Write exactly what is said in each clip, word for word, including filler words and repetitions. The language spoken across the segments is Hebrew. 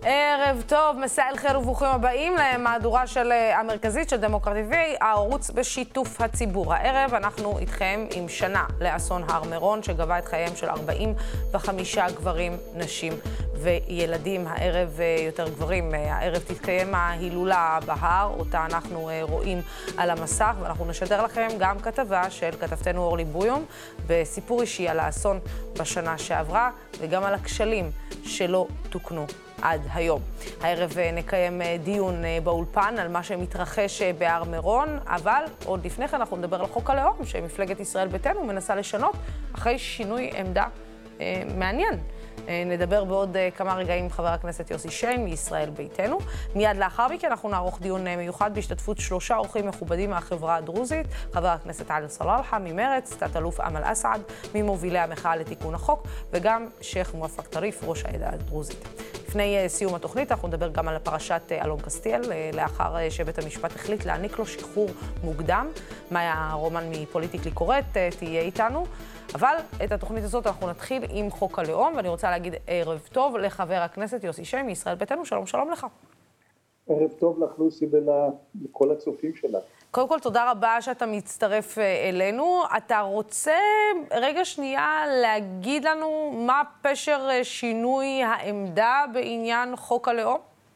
ערב טוב, מסע אל חיר וברוכים הבאים למהדורה של המרכזית של דמוקרטי טיווי, הערוץ בשיתוף הציבור. הערב אנחנו איתכם עם שנה לאסון הר מירון שגבה את חייהם של ארבעים וחמישה גברים, נשים וילדים. הערב יותר גברים, הערב תתקיים ההילולה בהר, אותה אנחנו רואים על המסך, ואנחנו נשדר לכם גם כתבה של כתבתנו אורלי בויום בסיפור אישי על האסון בשנה שעברה וגם על הכשלים שלא תוקנו עד היום. הערב נקיים דיון באולפן על מה שמתרחש בהר מירון, אבל עוד לפני כן אנחנו נדבר על חוק הלאום שמפלגת ישראל ביתנו מנסה לשנות אחרי שינוי עמדה אה, מעניין. אה, נדבר בעוד אה, כמה רגעים עם חבר הכנסת יוסי שיין מישראל ביתנו. מיד לאחר מכן אנחנו נערוך דיון אה, מיוחד בהשתתפות שלושה אורחים מכובדים מהחברה הדרוזית, חבר הכנסת עלי סלאלחה ממרץ, תת אלוף אמל אסעד ממובילי המחאה לתיקון החוק, וגם שייח מואפק טריף ראש העדה הדרוזית. לפני סיום התוכנית אנחנו נדבר גם על פרשת אלון קסטיאל, לאחר שבית המשפט החליט להעניק לו שחרור מוקדם. מאיה רומן מפוליטיקלי קורט תהיה איתנו, אבל את התוכנית הזאת אנחנו נתחיל עם חוק הלאום, ואני רוצה להגיד ערב טוב לחבר הכנסת יוסי שיין מישראל ביתנו. שלום, שלום לך. ערב טוב לך לוסי ולכל הצופים שלה. קודם כל, תודה רבה שאתה מצטרף אלינו. אתה רוצה רגע שנייה להגיד לנו מה פשר שינוי העמדה בעניין חוק הלאום?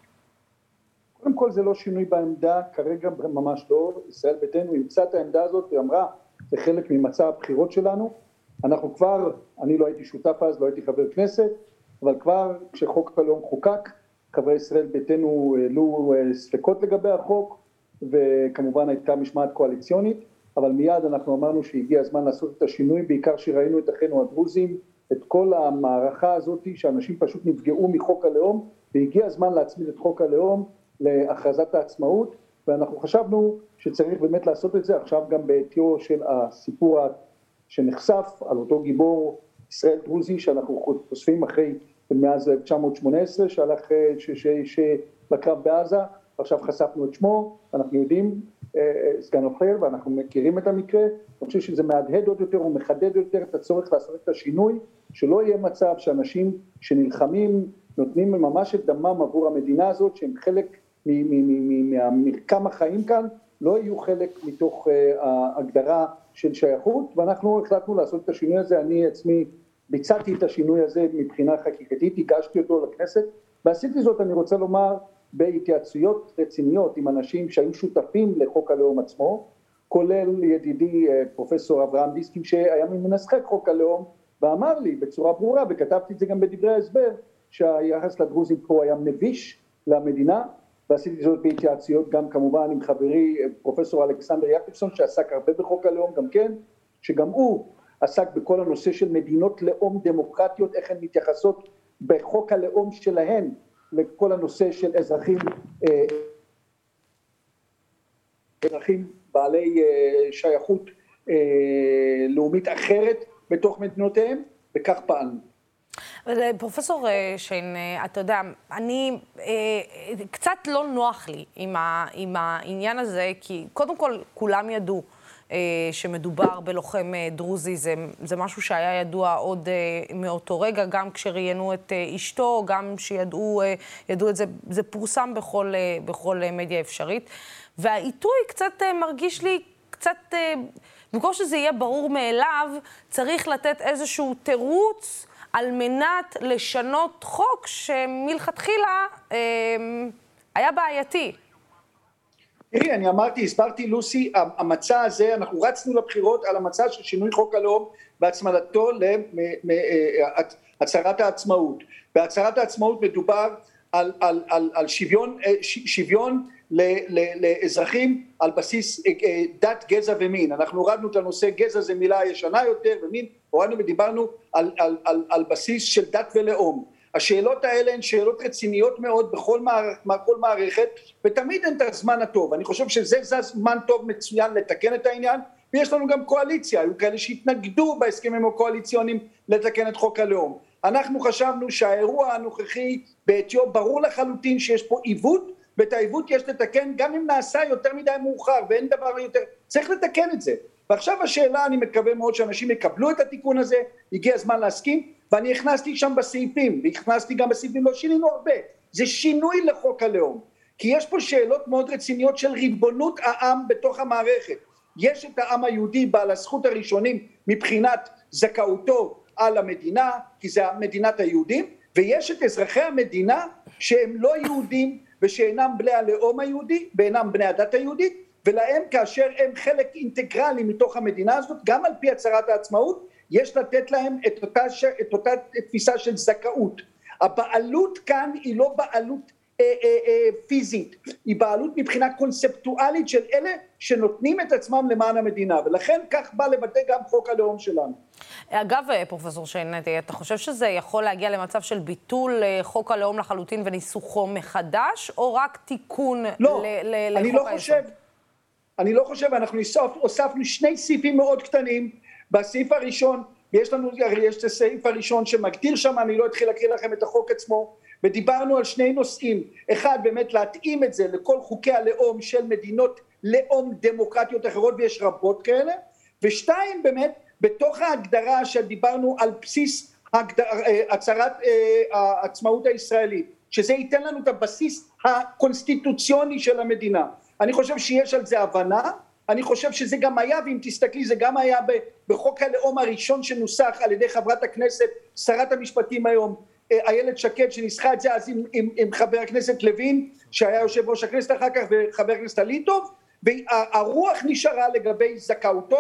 קודם כל זה לא שינוי בעמדה, כרגע ממש לא. ישראל ביתנו אימצה את העמדה הזאת ואמרה, זה חלק ממצע הבחירות שלנו. אנחנו כבר, אני לא הייתי שותף אז, לא הייתי חבר כנסת, אבל כבר כשחוק הלאום חוקק, חברי ישראל ביתנו העלו ספקות לגבי החוק, וכמובן הייתה משמעת קואליציונית, אבל מיד אנחנו אמרנו שהגיע הזמן לעשות את השינוי, בעיקר שראינו את אחינו הדרוזים, את כל המערכה הזאת שאנשים פשוט נפגעו מחוק הלאום, והגיע הזמן להצמיד את חוק הלאום להכרזת העצמאות, ואנחנו חשבנו שצריך באמת לעשות את זה עכשיו גם בעטיו של הסיפור שנחשף על אותו גיבור ישראל דרוזי שאנחנו חושפים אחרי מאז אלף תשע מאות שמונה עשרה שהלך לקרב בעזה. עכשיו חשפנו את שמו, אנחנו יודעים, סגן אופיר, ואנחנו מכירים את המקרה. אני חושב שזה מהדהד עוד יותר ומחדד יותר את הצורך לעשות את השינוי, שלא יהיה מצב שאנשים שנלחמים, נותנים ממש את דמם עבור המדינה הזאת, שהם חלק מהמרקם החיים כאן, לא יהיו חלק מתוך ההגדרה של שייכות, ואנחנו החלטנו לעשות את השינוי הזה. אני עצמי ביצעתי את השינוי הזה מבחינה חקיקתית, הגשתי אותו לכנסת, ועשיתי זאת, אני רוצה לומר, בהתייעצויות רציניות עם אנשים שהיו שותפים לחוק הלאום עצמו, כולל ידידי פרופסור אברהם דיסקין שהיה ממנסחי חוק הלאום, ואמר לי בצורה ברורה, וכתבתי את זה גם בדברי ההסבר, שהיחס לדרוזים פה היה מביש למדינה, ועשיתי זאת בהתייעצויות גם כמובן עם חברי פרופסור אלכסנדר יעקובסון, שעסק הרבה בחוק הלאום גם כן, שגם הוא עסק בכל הנושא של מדינות לאום דמוקרטיות, איך הן מתייחסות בחוק הלאום שלהן, לכל הנושא של אזרחים, אזרחים בעלי שייכות לאומית אחרת בתוך מדינותיהם, וכך פעלנו. פרופסור שיין, אתה יודע, אני, קצת לא נוח לי עם, ה, עם העניין הזה, כי קודם כל כולם ידעו שמדובר בלוחם דרוזי, זה, זה משהו שהיה ידוע עוד מאותו רגע, גם כשראיינו את אשתו, גם שידעו ידעו את זה, זה פורסם בכל, בכל מדיה אפשרית, והעיתוי קצת מרגיש לי, קצת, במקום שזה יהיה ברור מאליו, צריך לתת איזשהו תירוץ על מנת לשנות חוק שמלכתחילה אה, היה בעייתי. תראי, אני אמרתי, הסברתי לוסי, המצע הזה, אנחנו רצנו לבחירות על המצע של שינוי חוק הלאום והצמדתו להצהרת העצמאות. בהצהרת העצמאות מדובר על, על, על, על שוויון, שוויון ל, ל, לאזרחים על בסיס דת, גזע ומין. אנחנו הורדנו את הנושא, גזע זה מילה ישנה יותר, ומין, הורדנו ודיברנו על, על, על, על בסיס של דת ולאום. השאלות האלה הן שאלות רציניות מאוד בכל מערכ, כל מערכת, ותמיד אין את הזמן הטוב. אני חושב שזה זמן טוב מצוין לתקן את העניין, ויש לנו גם קואליציה, היו כאלה שהתנגדו בהסכמים הקואליציוניים לתקן את חוק הלאום. אנחנו חשבנו שהאירוע הנוכחי בעטיו ברור לחלוטין שיש פה עיוות, ואת העיוות יש לתקן גם אם נעשה יותר מדי מאוחר, ואין דבר יותר, צריך לתקן את זה. ועכשיו השאלה, אני מקווה מאוד שאנשים יקבלו את התיקון הזה, הגיע הזמן להסכים, ואני הכנסתי שם בסעיפים, והכנסתי גם בסעיפים, לא שינינו הרבה, זה שינוי לחוק הלאום, כי יש פה שאלות מאוד רציניות של ריבונות העם בתוך המערכת. יש את העם היהודי בעל הזכות הראשונים מבחינת זכאותו על המדינה, כי זה מדינת היהודים, ויש את אזרחי המדינה שהם לא יהודים ושאינם בני הלאום היהודי ואינם בני הדת היהודית, ולהם כאשר הם חלק אינטגרלי מתוך המדינה הזאת, גם על פי הצהרת העצמאות, יש לתת להם את אותה, את אותה תפיסה של זכאות. הבעלות כאן היא לא בעלות אה, אה, אה, פיזית, היא בעלות מבחינה קונספטואלית של אלה שנותנים את עצמם למען המדינה, ולכן כך בא לבטא גם חוק הלאום שלנו. אגב, פרופסור שיין, אתה חושב שזה יכול להגיע למצב של ביטול חוק הלאום לחלוטין וניסוחו מחדש, או רק תיקון לא, ל- ל- אני לחוק לא היסוד? חושב, אני לא חושב, אנחנו הוספנו שני סעיפים מאוד קטנים. בסעיף הראשון, יש לנו, יש את הסעיף הראשון שמגדיר שם, אני לא אתחיל להקריא לכם את החוק עצמו, ודיברנו על שני נושאים. אחד, באמת להתאים את זה לכל חוקי הלאום של מדינות לאום דמוקרטיות אחרות, ויש רבות כאלה. ושתיים, באמת, בתוך ההגדרה שדיברנו על בסיס הגדר, הצהרת העצמאות הישראלית, שזה ייתן לנו את הבסיס הקונסטיטוציוני של המדינה. אני חושב שיש על זה הבנה, אני חושב שזה גם היה, ואם תסתכלי, זה גם היה בחוק הלאום הראשון שנוסח על ידי חברת הכנסת, שרת המשפטים היום, איילת שקד, שניסחה את זה אז עם, עם, עם חבר הכנסת לוין, שהיה יושב ראש הכנסת אחר כך, וחבר הכנסת אליטוב, והרוח נשארה לגבי זכאותו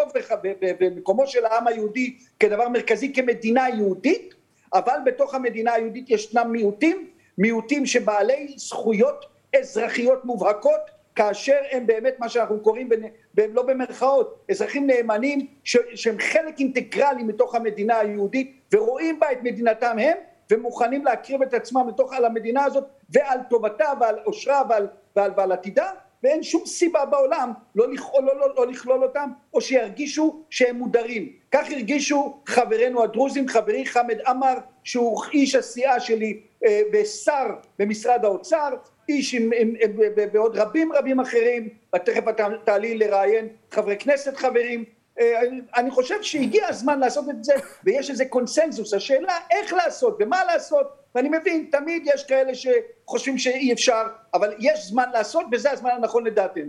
ומקומו של העם היהודי כדבר מרכזי, כמדינה יהודית, אבל בתוך המדינה היהודית ישנם מיעוטים, מיעוטים שבעלי זכויות אזרחיות מובהקות, כאשר הם באמת מה שאנחנו קוראים, לא במרכאות, אזרחים נאמנים שהם חלק אינטגרלי מתוך המדינה היהודית, ורואים בה את מדינתם הם, ומוכנים להקריב את עצמם לתוך על המדינה הזאת, ועל טובתה ועל עושרה ועל, ועל, ועל עתידה, ואין שום סיבה בעולם לא לכלול, לא, לא, לא לכלול אותם, או שירגישו שהם מודרים. כך הרגישו חברינו הדרוזים, חברי חמד עמר, שהוא איש הסיעה שלי אה, בשר במשרד האוצר, איש עם, עם, עם, בעוד רבים רבים אחרים, ותכף תעלי לראיין חברי כנסת חברים. אה, אני חושב שהגיע הזמן לעשות את זה, ויש איזה קונסנזוס. השאלה איך לעשות ומה לעשות, ואני מבין, תמיד יש כאלה שחושבים שאי אפשר, אבל יש זמן לעשות, וזה הזמן הנכון לדעתנו.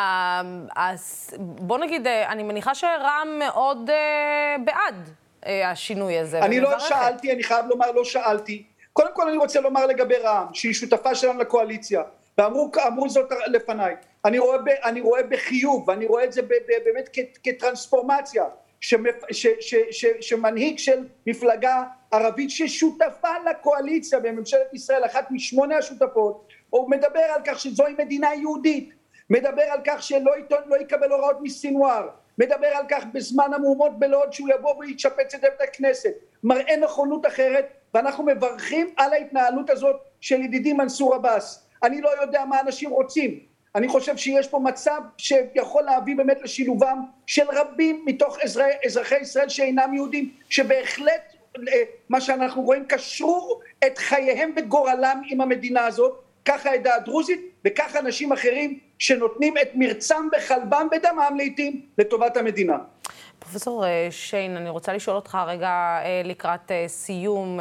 אז בוא נגיד, אני מניחה שרע"מ מאוד בעד השינוי הזה. אני לא שאלתי, אני חייב לומר, לא שאלתי. קודם כל אני רוצה לומר לגבי רע"מ, שהיא שותפה שלנו לקואליציה, ואמרו אמרו זאת לפניי. אני רואה, ב, אני רואה בחיוב, ואני רואה את זה ב, ב, באמת כ, כטרנספורמציה, שמפ, ש, ש, ש, שמנהיג של מפלגה ערבית ששותפה לקואליציה בממשלת ישראל, אחת משמונה השותפות, הוא מדבר על כך שזוהי מדינה יהודית, מדבר על כך שלא עיתון, לא יקבל הוראות מסינואר, מדבר על כך בזמן המהומות בלוד שהוא יבוא ויתשפץ את בית הכנסת, מראה נכונות אחרת, ואנחנו מברכים על ההתנהלות הזאת של ידידי מנסור עבאס. אני לא יודע מה אנשים רוצים, אני חושב שיש פה מצב שיכול להביא באמת לשילובם של רבים מתוך אזרחי, אזרחי ישראל שאינם יהודים, שבהחלט מה שאנחנו רואים קשרו את חייהם וגורלם עם המדינה הזאת, ככה העדה הדרוזית וככה אנשים אחרים שנותנים את מרצם בחלבם בדמם לעתים לטובת המדינה. פרופסור שיין, אני רוצה לשאול אותך רגע לקראת סיום.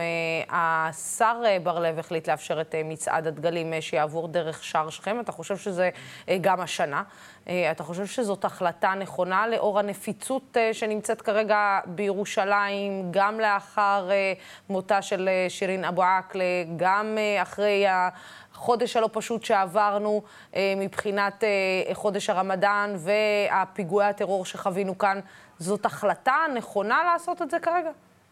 השר בר לב החליט לאפשר את מצעד הדגלים שיעבור דרך שער שכם. אתה חושב שזה גם השנה? אתה חושב שזאת החלטה נכונה לאור הנפיצות שנמצאת כרגע בירושלים, גם לאחר מותה של שירין אבו עקלה, גם אחרי החודש הלא פשוט שעברנו מבחינת חודש הרמדאן והפיגועי הטרור שחווינו כאן? זאת החלטה נכונה לעשות את זה כרגע?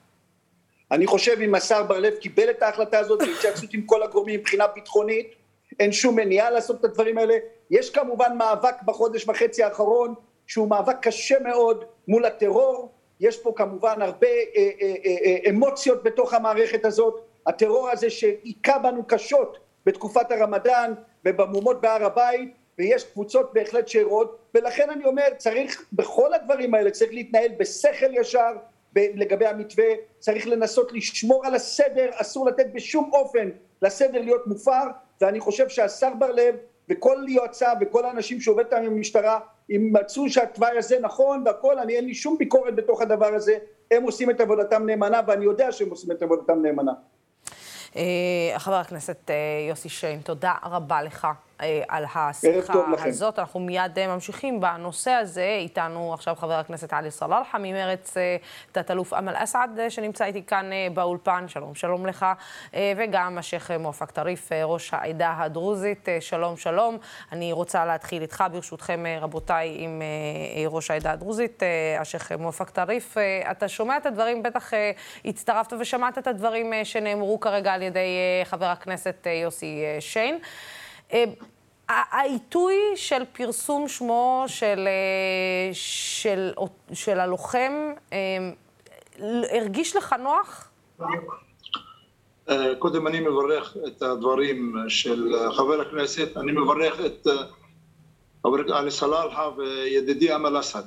אני חושב אם השר בר לב קיבל את ההחלטה הזאת בהתייעצות עם כל הגורמים מבחינה ביטחונית, אין שום מניעה לעשות את הדברים האלה. יש כמובן מאבק בחודש וחצי האחרון, שהוא מאבק קשה מאוד מול הטרור. יש פה כמובן הרבה אה, אה, אה, אמוציות בתוך המערכת הזאת. הטרור הזה שהיכה בנו קשות בתקופת הרמדאן ובמהומות בהר הבית, ויש קבוצות בהחלט שרואות, ולכן אני אומר, צריך בכל הדברים האלה, צריך להתנהל בשכל ישר לגבי המתווה, צריך לנסות לשמור על הסדר, אסור לתת בשום אופן לסדר להיות מופר, ואני חושב שהשר בר לב וכל יועצה וכל האנשים שעובד עם המשטרה, אם מצאו שהתוואי הזה נכון והכל, אני אין לי שום ביקורת בתוך הדבר הזה, הם עושים את עבודתם נאמנה, ואני יודע שהם עושים את עבודתם נאמנה. חבר הכנסת יוסי שיין, תודה רבה לך על השיחה הזאת. אנחנו מיד ממשיכים בנושא הזה. איתנו עכשיו חבר הכנסת עלי סלאלחה ממרץ, תת-אלוף אמל אסעד שנמצא איתי כאן באולפן. שלום, שלום לך. וגם השייח מואפק טריף, ראש העדה הדרוזית. שלום, שלום. אני רוצה להתחיל איתך, ברשותכם רבותיי, עם ראש העדה הדרוזית, השייח מואפק טריף. אתה שומע את הדברים, בטח הצטרפת ושמעת את הדברים שנאמרו כרגע על ידי חבר הכנסת יוסי שיין. העיתוי של פרסום שמו של, של, של הלוחם, הרגיש לך נוח? קודם אני מברך את הדברים של חבר הכנסת, אני מברך את חבר הכנסת עלי סלאלחה וידידי אמל אסעד.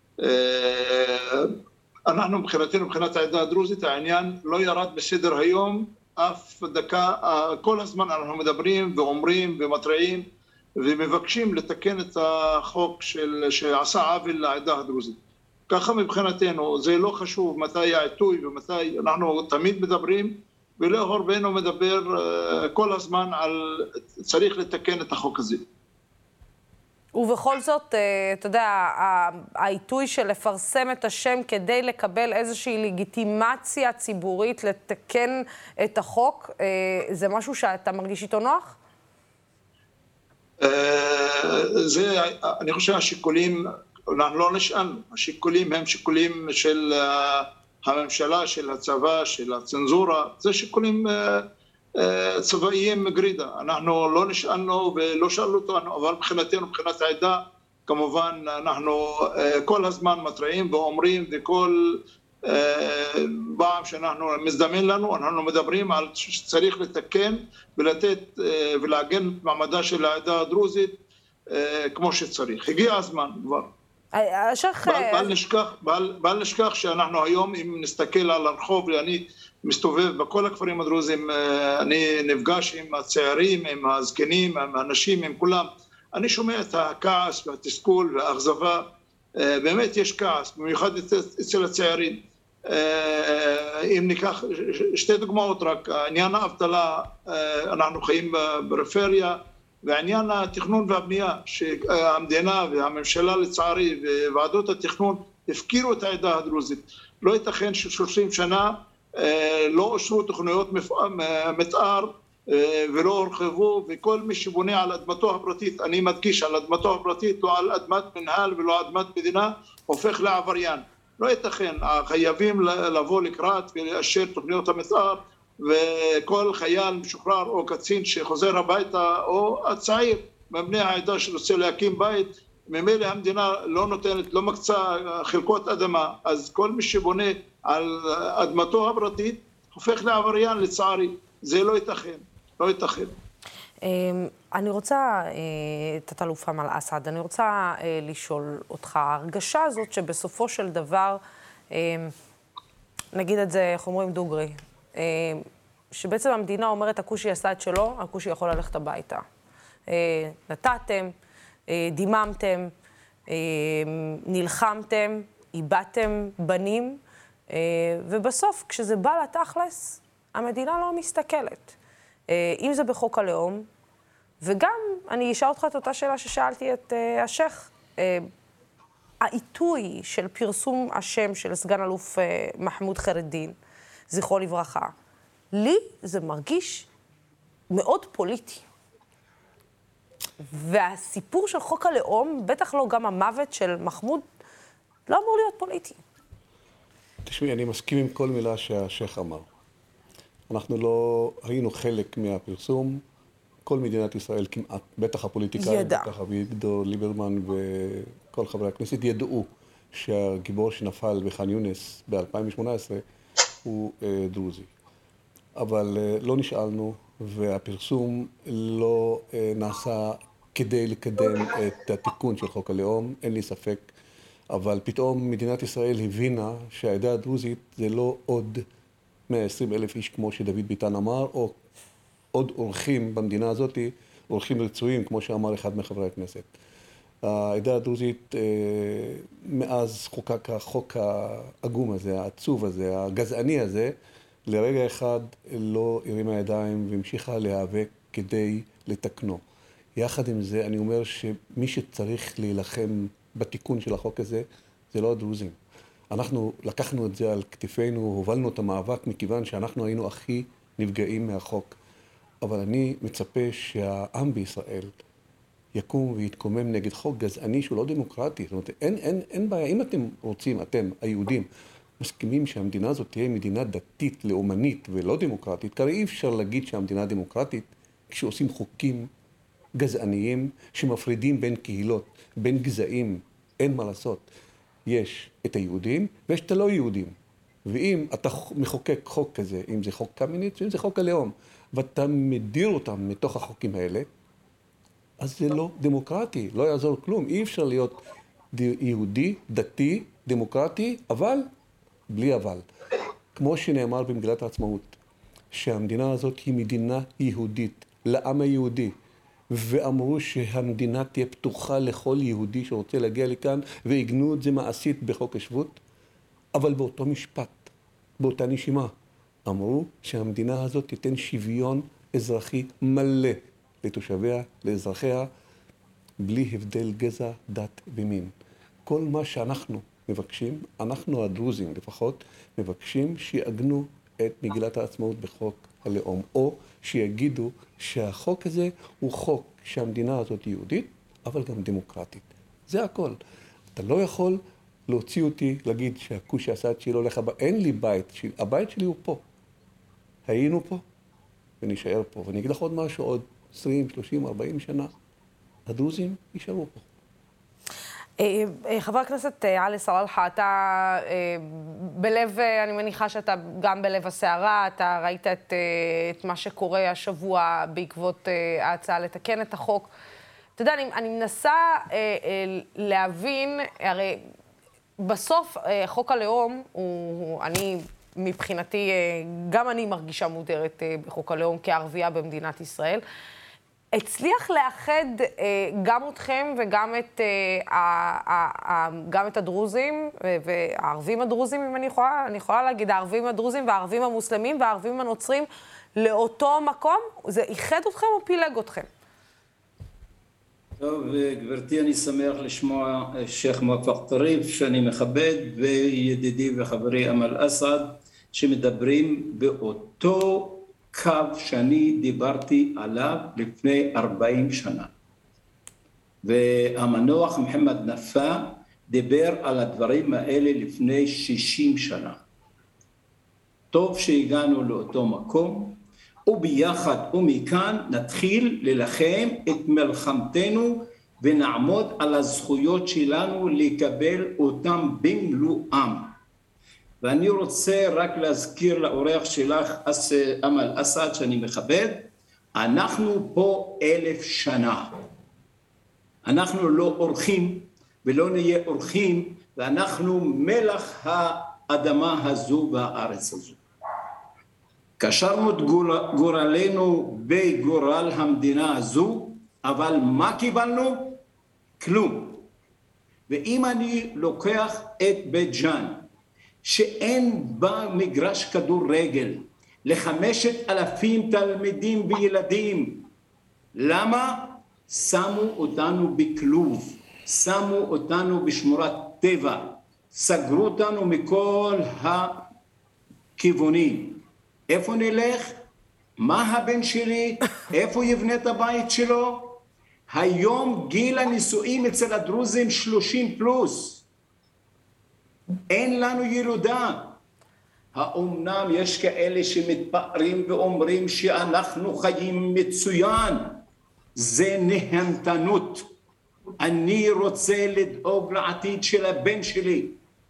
אנחנו מבחינתנו, מבחינת העדה הדרוזית, העניין לא ירד בסדר היום אף דקה. כל הזמן אנחנו מדברים ואומרים ומתריעים ומבקשים לתקן את החוק של, שעשה עוול לעדה הדרוזית. ככה מבחינתנו, זה לא חשוב מתי העיתוי ומתי, אנחנו תמיד מדברים, ולא רובנו מדבר כל הזמן על צריך לתקן את החוק הזה. ובכל זאת, אתה יודע, העיתוי של לפרסם את השם כדי לקבל איזושהי לגיטימציה ציבורית לתקן את החוק, זה משהו שאתה מרגיש איתו נוח? זה, אני חושב שהשיקולים, אנחנו לא נשאלנו, השיקולים הם שיקולים של הממשלה, של הצבא, של הצנזורה, זה שיקולים צבאיים גרידה. אנחנו לא נשאלנו ולא שאלו אותנו, אבל מבחינתנו, מבחינת העדה, כמובן אנחנו כל הזמן מטרעים ואומרים, וכל פעם שאנחנו מזדמן לנו, אנחנו מדברים על שצריך לתקן ולתת ולעגן את מעמדה של העדה הדרוזית כמו שצריך. הגיע הזמן כבר. בל נשכח, בל, בל נשכח שאנחנו היום, אם נסתכל על הרחוב, ואני מסתובב בכל הכפרים הדרוזיים, אני נפגש עם הצעירים, עם הזקנים, עם האנשים, עם כולם. אני שומע את הכעס והתסכול והאכזבה. באמת יש כעס, במיוחד אצל הצעירים. אם ניקח שתי דוגמאות רק, עניין האבטלה, אנחנו חיים בפריפריה, ועניין התכנון והבנייה, שהמדינה והממשלה לצערי וועדות התכנון הפקירו את העדה הדרוזית. לא ייתכן ש-שלושים שנה לא אושרו תוכניות מתאר ולא הורחבו, וכל מי שבונה על אדמתו הפרטית, אני מדגיש על אדמתו הפרטית, לא על אדמת מנהל ולא אדמת מדינה, הופך לעבריין. לא ייתכן, חייבים לבוא לקראת ולאשר תוכניות המתאר, וכל חייל משוחרר או קצין שחוזר הביתה, או הצעיר מבני העדה שרוצה להקים בית, ממילא המדינה לא נותנת, לא מקצה חלקות אדמה, אז כל מי שבונה על אדמתו הפרטית הופך לעבריין לצערי. זה לא ייתכן, לא ייתכן. אני רוצה, תת-אלוף אמל אסעד, אני רוצה לשאול אותך, ההרגשה הזאת שבסופו של דבר, נגיד את זה, איך אומרים דוגרי, שבעצם המדינה אומרת, הכושי עשה את שלו, הכושי יכול ללכת הביתה. נתתם, דיממתם, נלחמתם, איבדתם בנים, ובסוף, כשזה בא לתכלס, המדינה לא מסתכלת. אם זה בחוק הלאום, וגם אני אשאל אותך את אותה שאלה ששאלתי את השייח, העיתוי של פרסום השם של סגן אלוף מחמוד חיר א-דין, זכרו לברכה, לי זה מרגיש מאוד פוליטי. והסיפור של חוק הלאום, בטח לא גם המוות של מחמוד, לא אמור להיות פוליטי. תשמעי, אני מסכים עם כל מילה שהשייח אמר. אנחנו לא היינו חלק מהפרסום, כל מדינת ישראל כמעט, בטח הפוליטיקאים, בטח אביגדור ליברמן וכל חברי הכנסת ידעו שהגיבור שנפל בח'אן יונס ב-אלפיים ושמונה עשרה הוא אה, דרוזי. אבל אה, לא נשאלנו, והפרסום לא אה, נעשה כדי לקדם את התיקון של חוק הלאום, אין לי ספק. אבל פתאום מדינת ישראל הבינה שהעדה הדרוזית זה לא עוד מאה ועשרים אלף איש כמו שדוד ביטן אמר, או עוד אורחים במדינה הזאת, אורחים רצויים, כמו שאמר אחד מחברי הכנסת. העדה הדרוזית, מאז חוקק החוק העגום הזה, העצוב הזה, הגזעני הזה, לרגע אחד לא הרימה ידיים והמשיכה להיאבק כדי לתקנו. יחד עם זה, אני אומר שמי שצריך להילחם בתיקון של החוק הזה, זה לא הדרוזים. אנחנו לקחנו את זה על כתפינו, הובלנו את המאבק מכיוון שאנחנו היינו הכי נפגעים מהחוק. אבל אני מצפה שהעם בישראל יקום ויתקומם נגד חוק גזעני שהוא לא דמוקרטי. זאת אומרת, אין, אין, אין בעיה. אם אתם רוצים, אתם, היהודים, מסכימים שהמדינה הזאת תהיה מדינה דתית, לאומנית ולא דמוקרטית, כי אי אפשר להגיד שהמדינה דמוקרטית כשעושים חוקים גזעניים שמפרידים בין קהילות, בין גזעים, אין מה לעשות. יש את היהודים ויש את הלא יהודים. ואם אתה מחוקק חוק כזה, אם זה חוק קמיניץ, אם זה חוק הלאום, ואתה מדיר אותם מתוך החוקים האלה, אז זה לא דמוקרטי, לא יעזור כלום. אי אפשר להיות יהודי, דתי, דמוקרטי, אבל בלי אבל. כמו שנאמר במגילת העצמאות, שהמדינה הזאת היא מדינה יהודית, לעם היהודי, ואמרו שהמדינה תהיה פתוחה לכל יהודי שרוצה להגיע לכאן, ועיגנו את זה מעשית בחוק השבות, אבל באותו משפט, באותה נשימה, אמרו שהמדינה הזאת תיתן שוויון אזרחי מלא לתושביה, לאזרחיה, בלי הבדל גזע, דת ומין. כל מה שאנחנו מבקשים, אנחנו הדרוזים לפחות, מבקשים שיעגנו את מגילת העצמאות בחוק הלאום, או שיגידו שהחוק הזה הוא חוק שהמדינה הזאת יהודית, אבל גם דמוקרטית. זה הכל. אתה לא יכול להוציא אותי, להגיד שהכוש הסעד שלי לא הולך הבא. אין לי בית, הבית שלי הוא פה. היינו פה ונשאר פה. ואני אגיד לך עוד משהו, עוד עשרים, שלושים, ארבעים שנה, הדרוזים יישארו פה. חבר הכנסת עלי סלאלחה, אתה בלב, אני מניחה שאתה גם בלב הסערה, אתה ראית את, את מה שקורה השבוע בעקבות ההצעה לתקן את החוק. אתה יודע, אני, אני מנסה להבין, הרי בסוף חוק הלאום, הוא, אני מבחינתי, גם אני מרגישה מודרת בחוק הלאום כערבייה במדינת ישראל, הצליח לאחד גם אתכם וגם את, גם את הדרוזים והערבים הדרוזים, אם אני יכולה, אני יכולה להגיד, הערבים הדרוזים והערבים המוסלמים והערבים הנוצרים לאותו מקום. זה איחד אתכם או פילג אתכם? טוב, גברתי, אני שמח לשמוע שייח' מואפק טריף, שאני מכבד, וידידי וחברי אמל אסעד, שמדברים באותו קו שאני דיברתי עליו לפני ארבעים שנה. והמנוח מוחמד נפאע דיבר על הדברים האלה לפני שישים שנה. טוב שהגענו לאותו מקום, וביחד ומכאן נתחיל ללחם את מלחמתנו ונעמוד על הזכויות שלנו לקבל אותם במלואם. ואני רוצה רק להזכיר לאורח שלך, אמל אסעד, שאני מכבד, אנחנו פה אלף שנה. אנחנו לא אורחים ולא נהיה אורחים, ואנחנו מלח האדמה הזו והארץ הזו. קשרנו את גורלנו בגורל המדינה הזו, אבל מה קיבלנו? כלום. ואם אני לוקח את בית ג'אן, שאין בה מגרש כדורגל לחמשת אלפים תלמידים וילדים, למה? שמו אותנו בכלוב, שמו אותנו בשמורת טבע, סגרו אותנו מכל הכיוונים. איפה נלך? מה הבן שלי? איפה יבנה את הבית שלו? היום גיל הנישואים אצל הדרוזים שלושים פלוס. אין לנו ילודה. האומנם יש כאלה שמתפארים ואומרים שאנחנו חיים מצוין. זה נהנתנות. אני רוצה לדאוג לעתיד של הבן שלי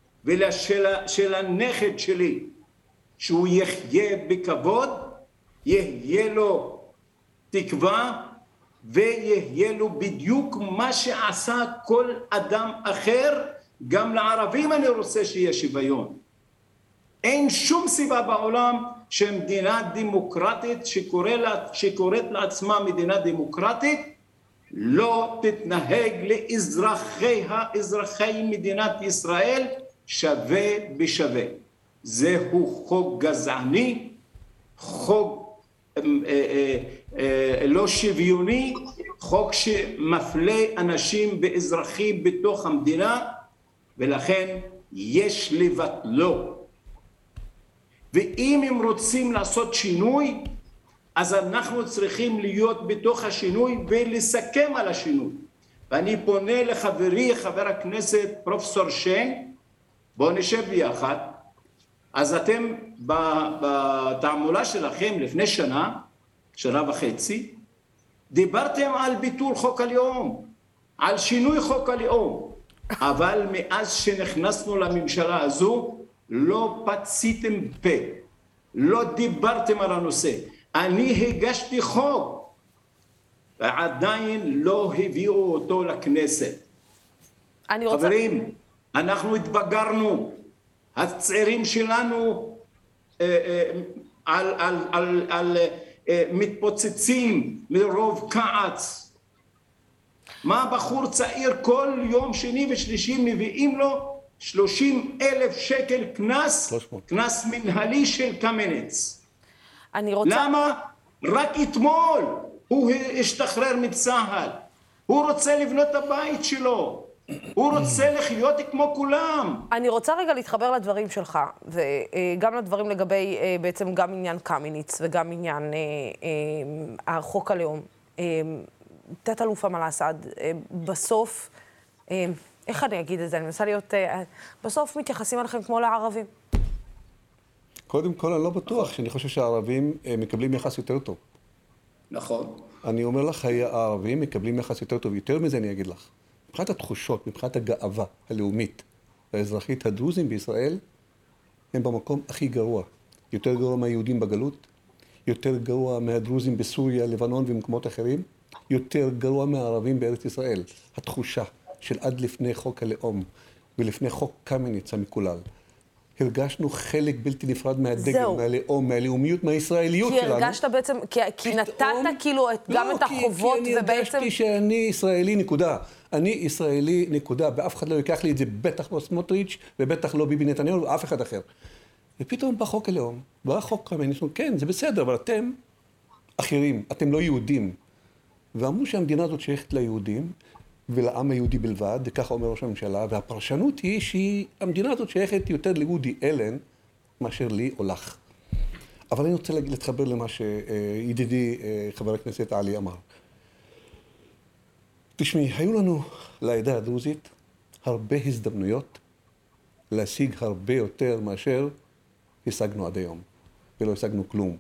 ושל הנכד שלי, שהוא יחיה בכבוד, יהיה לו תקווה, ויהיה לו בדיוק מה שעשה כל אדם אחר. גם לערבים אני רוצה שיהיה שוויון. אין שום סיבה בעולם שמדינה דמוקרטית שקורא לה, שקוראת לעצמה מדינה דמוקרטית לא תתנהג לאזרחיה, אזרחי מדינת ישראל שווה בשווה. זהו חוק גזעני, חוק אה, אה, אה, לא שוויוני, חוק שמפלה אנשים ואזרחים בתוך המדינה, ולכן יש לבטלו. ואם הם רוצים לעשות שינוי, אז אנחנו צריכים להיות בתוך השינוי ולסכם על השינוי. ואני פונה לחברי חבר הכנסת פרופסור שיין, בואו נשב ביחד. אז אתם בתעמולה שלכם לפני שנה, שנה וחצי, דיברתם על ביטול חוק הלאום, על שינוי חוק הלאום, אבל מאז שנכנסנו לממשלה הזו, לא פציתם פה, לא דיברתם על הנושא. אני הגשתי חוק, ועדיין לא הביאו אותו לכנסת. אני רוצה... חברים, אנחנו התבגרנו, הצעירים שלנו אה, אה, על, על, על, על, אה, מתפוצצים מרוב כעץ. מה בחור צעיר כל יום שני ושלישי מביאים לו שלושים אלף שקל כנס, כנס מנהלי של קמנץ. אני רוצה... למה? רק אתמול הוא השתחרר מצה"ל. הוא רוצה לבנות את הבית שלו. הוא רוצה לחיות כמו כולם. אני רוצה רגע להתחבר לדברים שלך, וגם לדברים לגבי בעצם גם עניין קמיניץ וגם עניין החוק הלאום. תת אלוף אמל אסעד, בסוף, איך אני אגיד את זה? אני מנסה להיות... בסוף מתייחסים עליכם כמו לערבים. קודם כל, אני לא בטוח שאני חושב שהערבים מקבלים יחס יותר טוב. נכון. אני אומר לך, הערבים מקבלים יחס יותר טוב. יותר מזה אני אגיד לך. מבחינת התחושות, מבחינת הגאווה הלאומית והאזרחית, הדרוזים בישראל הם במקום הכי גרוע. יותר גרוע מהיהודים בגלות, יותר גרוע מהדרוזים בסוריה, לבנון ומקומות אחרים, יותר גרוע מהערבים בארץ ישראל. התחושה של עד לפני חוק הלאום ולפני חוק קמיניץ המקולל. הרגשנו חלק בלתי נפרד מהדגל, זהו. מהלאום, מהלאומיות, מהישראליות כי שלנו. כי הרגשת בעצם, כי, כי נתת כאילו את, לא, גם את החובות כי, כי ובעצם... אני הרגשתי שאני ישראלי נקודה. אני ישראלי נקודה, ואף אחד לא ייקח לי את זה, בטח לא סמוטריץ' ובטח לא ביבי נתניהו ואף אחד אחר. ופתאום בא חוק הלאום, בא חוק קמיניץ, כן, זה בסדר, אבל אתם אחרים, אתם לא יהודים. ואמרו שהמדינה הזאת שייכת ליהודים, ולעם היהודי בלבד, וככה אומר ראש הממשלה, והפרשנות היא שהמדינה הזאת שייכת יותר ליהודי אלן, מאשר לי או לך. אבל אני רוצה להתחבר למה שידידי חבר הכנסת עלי אמר. תשמעי, היו לנו לעדה הדרוזית הרבה הזדמנויות להשיג הרבה יותר מאשר השגנו עד היום, ולא השגנו כלום.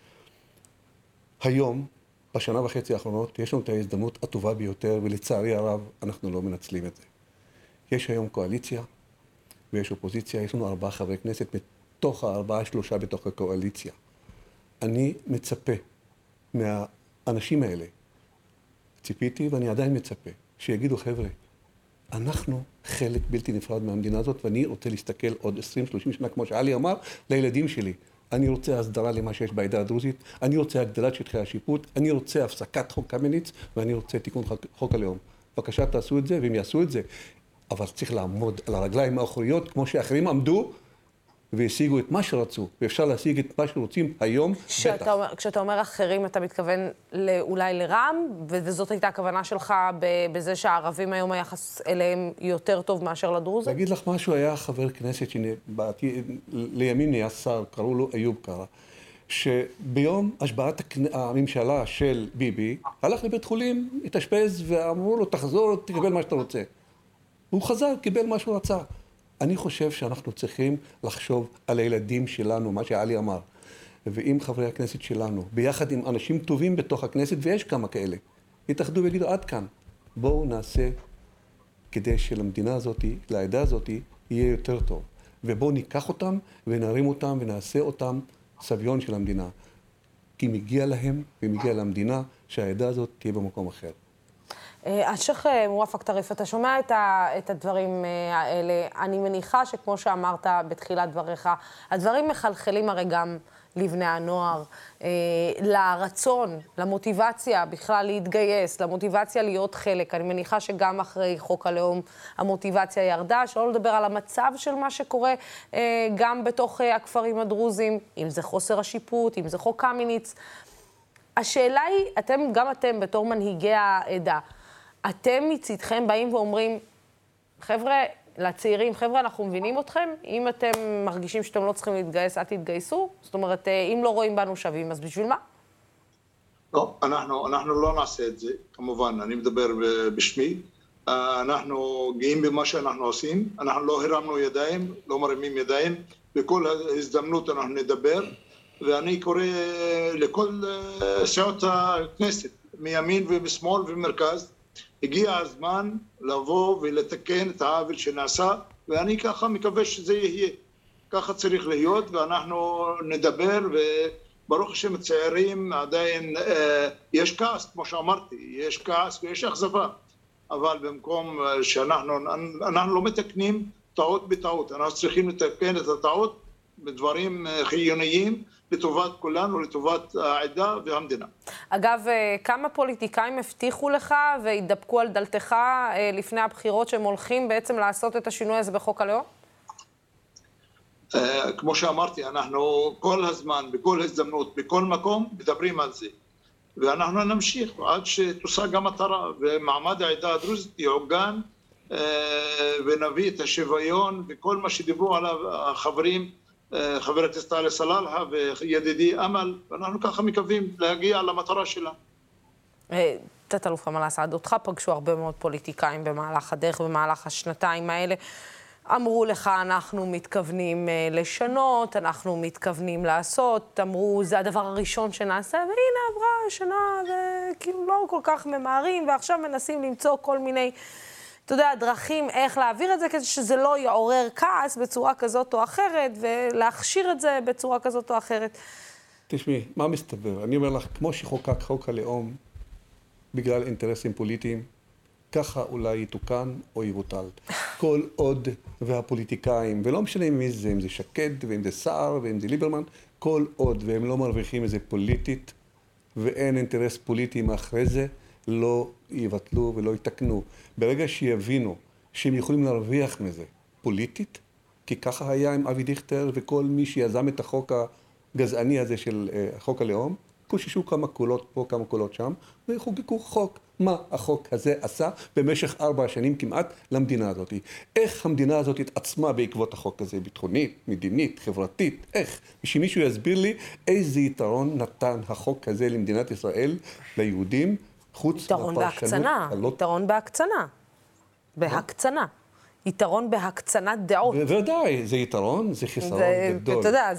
היום, בשנה וחצי האחרונות, יש לנו את ההזדמנות הטובה ביותר, ולצערי הרב, אנחנו לא מנצלים את זה. יש היום קואליציה, ויש אופוזיציה, יש לנו ארבעה חברי כנסת, מתוך הארבעה, שלושה בתוך הקואליציה. אני מצפה מהאנשים האלה, ציפיתי ואני עדיין מצפה, שיגידו, חבר'ה, אנחנו חלק בלתי נפרד מהמדינה הזאת, ואני רוצה להסתכל עוד עשרים שלושים שנה, כמו שעלי אמר, לילדים שלי. אני רוצה הסדרה למה שיש בעדה הדרוזית, אני רוצה הגדלת שטחי השיפוט, אני רוצה הפסקת חוק קמיניץ, ואני רוצה תיקון חוק, חוק הלאום. בבקשה תעשו את זה, והם יעשו את זה. אבל צריך לעמוד על הרגליים האחוריות, כמו שאחרים עמדו, והשיגו את מה שרצו, ואפשר להשיג את מה שרוצים היום, כשאתה, בטח. כשאתה אומר אחרים, אתה מתכוון אולי לרע"מ, וזאת הייתה הכוונה שלך בזה שהערבים היום היחס אליהם יותר טוב מאשר לדרוזים? להגיד לך משהו, היה חבר כנסת שלימים נהיה שר, קראו לו איוב קרא, שביום השבעת הממשלה של ביבי, הלך לבית חולים, התאשפז, ואמרו לו, תחזור, תקבל מה שאתה רוצה. הוא חזר, קיבל מה שהוא רצה. אני חושב שאנחנו צריכים לחשוב על הילדים שלנו, מה שעלי אמר, ועם חברי הכנסת שלנו, ביחד עם אנשים טובים בתוך הכנסת, ויש כמה כאלה, יתאחדו ויגידו, עד כאן, בואו נעשה כדי שלמדינה הזאת, לעדה הזאת, יהיה יותר טוב. ובואו ניקח אותם ונרים אותם ונעשה אותם סביון של המדינה. כי מגיע להם ומגיע למדינה שהעדה הזאת תהיה במקום אחר. השייח מואפק טריף, אתה שומע את, ה, את הדברים האלה. אני מניחה שכמו שאמרת בתחילת דבריך, הדברים מחלחלים הרי גם לבני הנוער, לרצון, למוטיבציה בכלל להתגייס, למוטיבציה להיות חלק. אני מניחה שגם אחרי חוק הלאום המוטיבציה ירדה, שלא לדבר על המצב של מה שקורה גם בתוך הכפרים הדרוזים, אם זה חוסר השיפוט, אם זה חוק קמיניץ. השאלה היא, אתם, גם אתם בתור מנהיגי העדה, אתם מצדכם באים ואומרים, חבר'ה, לצעירים, חבר'ה, אנחנו מבינים אתכם, אם אתם מרגישים שאתם לא צריכים להתגייס, אל תתגייסו, זאת אומרת, אם לא רואים בנו שווים, אז בשביל מה? לא, אנחנו, אנחנו לא נעשה את זה, כמובן, אני מדבר בשמי, אנחנו גאים במה שאנחנו עושים, אנחנו לא הרמנו ידיים, לא מרימים ידיים, בכל הזדמנות אנחנו נדבר, ואני קורא לכל סיעות הכנסת, מימין ומשמאל ומרכז, הגיע הזמן לבוא ולתקן את העוול שנעשה, ואני ככה מקווה שזה יהיה. ככה צריך להיות, ואנחנו נדבר, וברוך השם הצעירים עדיין, אה, יש כעס, כמו שאמרתי, יש כעס ויש אכזבה, אבל במקום שאנחנו אנחנו לא מתקנים טעות בטעות, אנחנו צריכים לתקן את הטעות בדברים חיוניים, לטובת כולנו, לטובת העדה והמדינה. אגב, כמה פוליטיקאים הבטיחו לך והתדפקו על דלתך לפני הבחירות שהם הולכים בעצם לעשות את השינוי הזה בחוק הלאום? כמו שאמרתי, אנחנו כל הזמן, בכל הזדמנות, בכל מקום, מדברים על זה. ואנחנו נמשיך עד שתושג המטרה, ומעמד העדה הדרוזית יעוגן, ונביא את השוויון וכל מה שדיברו עליו החברים, חבר הכנסת עלי סלאלחה וידידי אמל, ואנחנו ככה מקווים להגיע למטרה שלה. תת-אלוף אמל אסעד, אותך פגשו הרבה מאוד פוליטיקאים במהלך הדרך, במהלך השנתיים האלה. אמרו לך, אנחנו מתכוונים לשנות, אנחנו מתכוונים לעשות, אמרו, זה הדבר הראשון שנעשה, והנה עברה שנה, וכאילו לא כל כך ממהרים, ועכשיו מנסים למצוא כל מיני, אתה יודע, דרכים איך להעביר את זה, כדי שזה לא יעורר כעס בצורה כזאת או אחרת, ולהכשיר את זה בצורה כזאת או אחרת. תשמעי, מה מסתבר? אני אומר לך, כמו שחוקק חוק הלאום, בגלל אינטרסים פוליטיים, ככה אולי יתוקן או יבוטל. כל עוד והפוליטיקאים, ולא משנה מי זה, אם זה שקד ואם זה סער ואם זה ליברמן, כל עוד והם לא מרוויחים את זה פוליטית, ואין אינטרס פוליטי מאחרי זה, לא יבטלו ולא יתקנו. ברגע שיבינו שהם יכולים להרוויח מזה פוליטית, כי ככה היה עם אבי דיכטר וכל מי שיזם את החוק הגזעני הזה של חוק הלאום, קוששו כמה קולות פה, כמה קולות שם, וחוקקו חוק. מה החוק הזה עשה במשך ארבע שנים כמעט למדינה הזאת? איך המדינה הזאת התעצמה בעקבות החוק הזה? ביטחונית, מדינית, חברתית, איך? ושמישהו יסביר לי איזה יתרון נתן החוק הזה למדינת ישראל, ליהודים, חוץ יתרון בהקצנה, יתרון בהקצנה, בהקצנה. יתרון בהקצנת דעות. בוודאי, זה יתרון, זה חיסרון גדול. אתה יודע,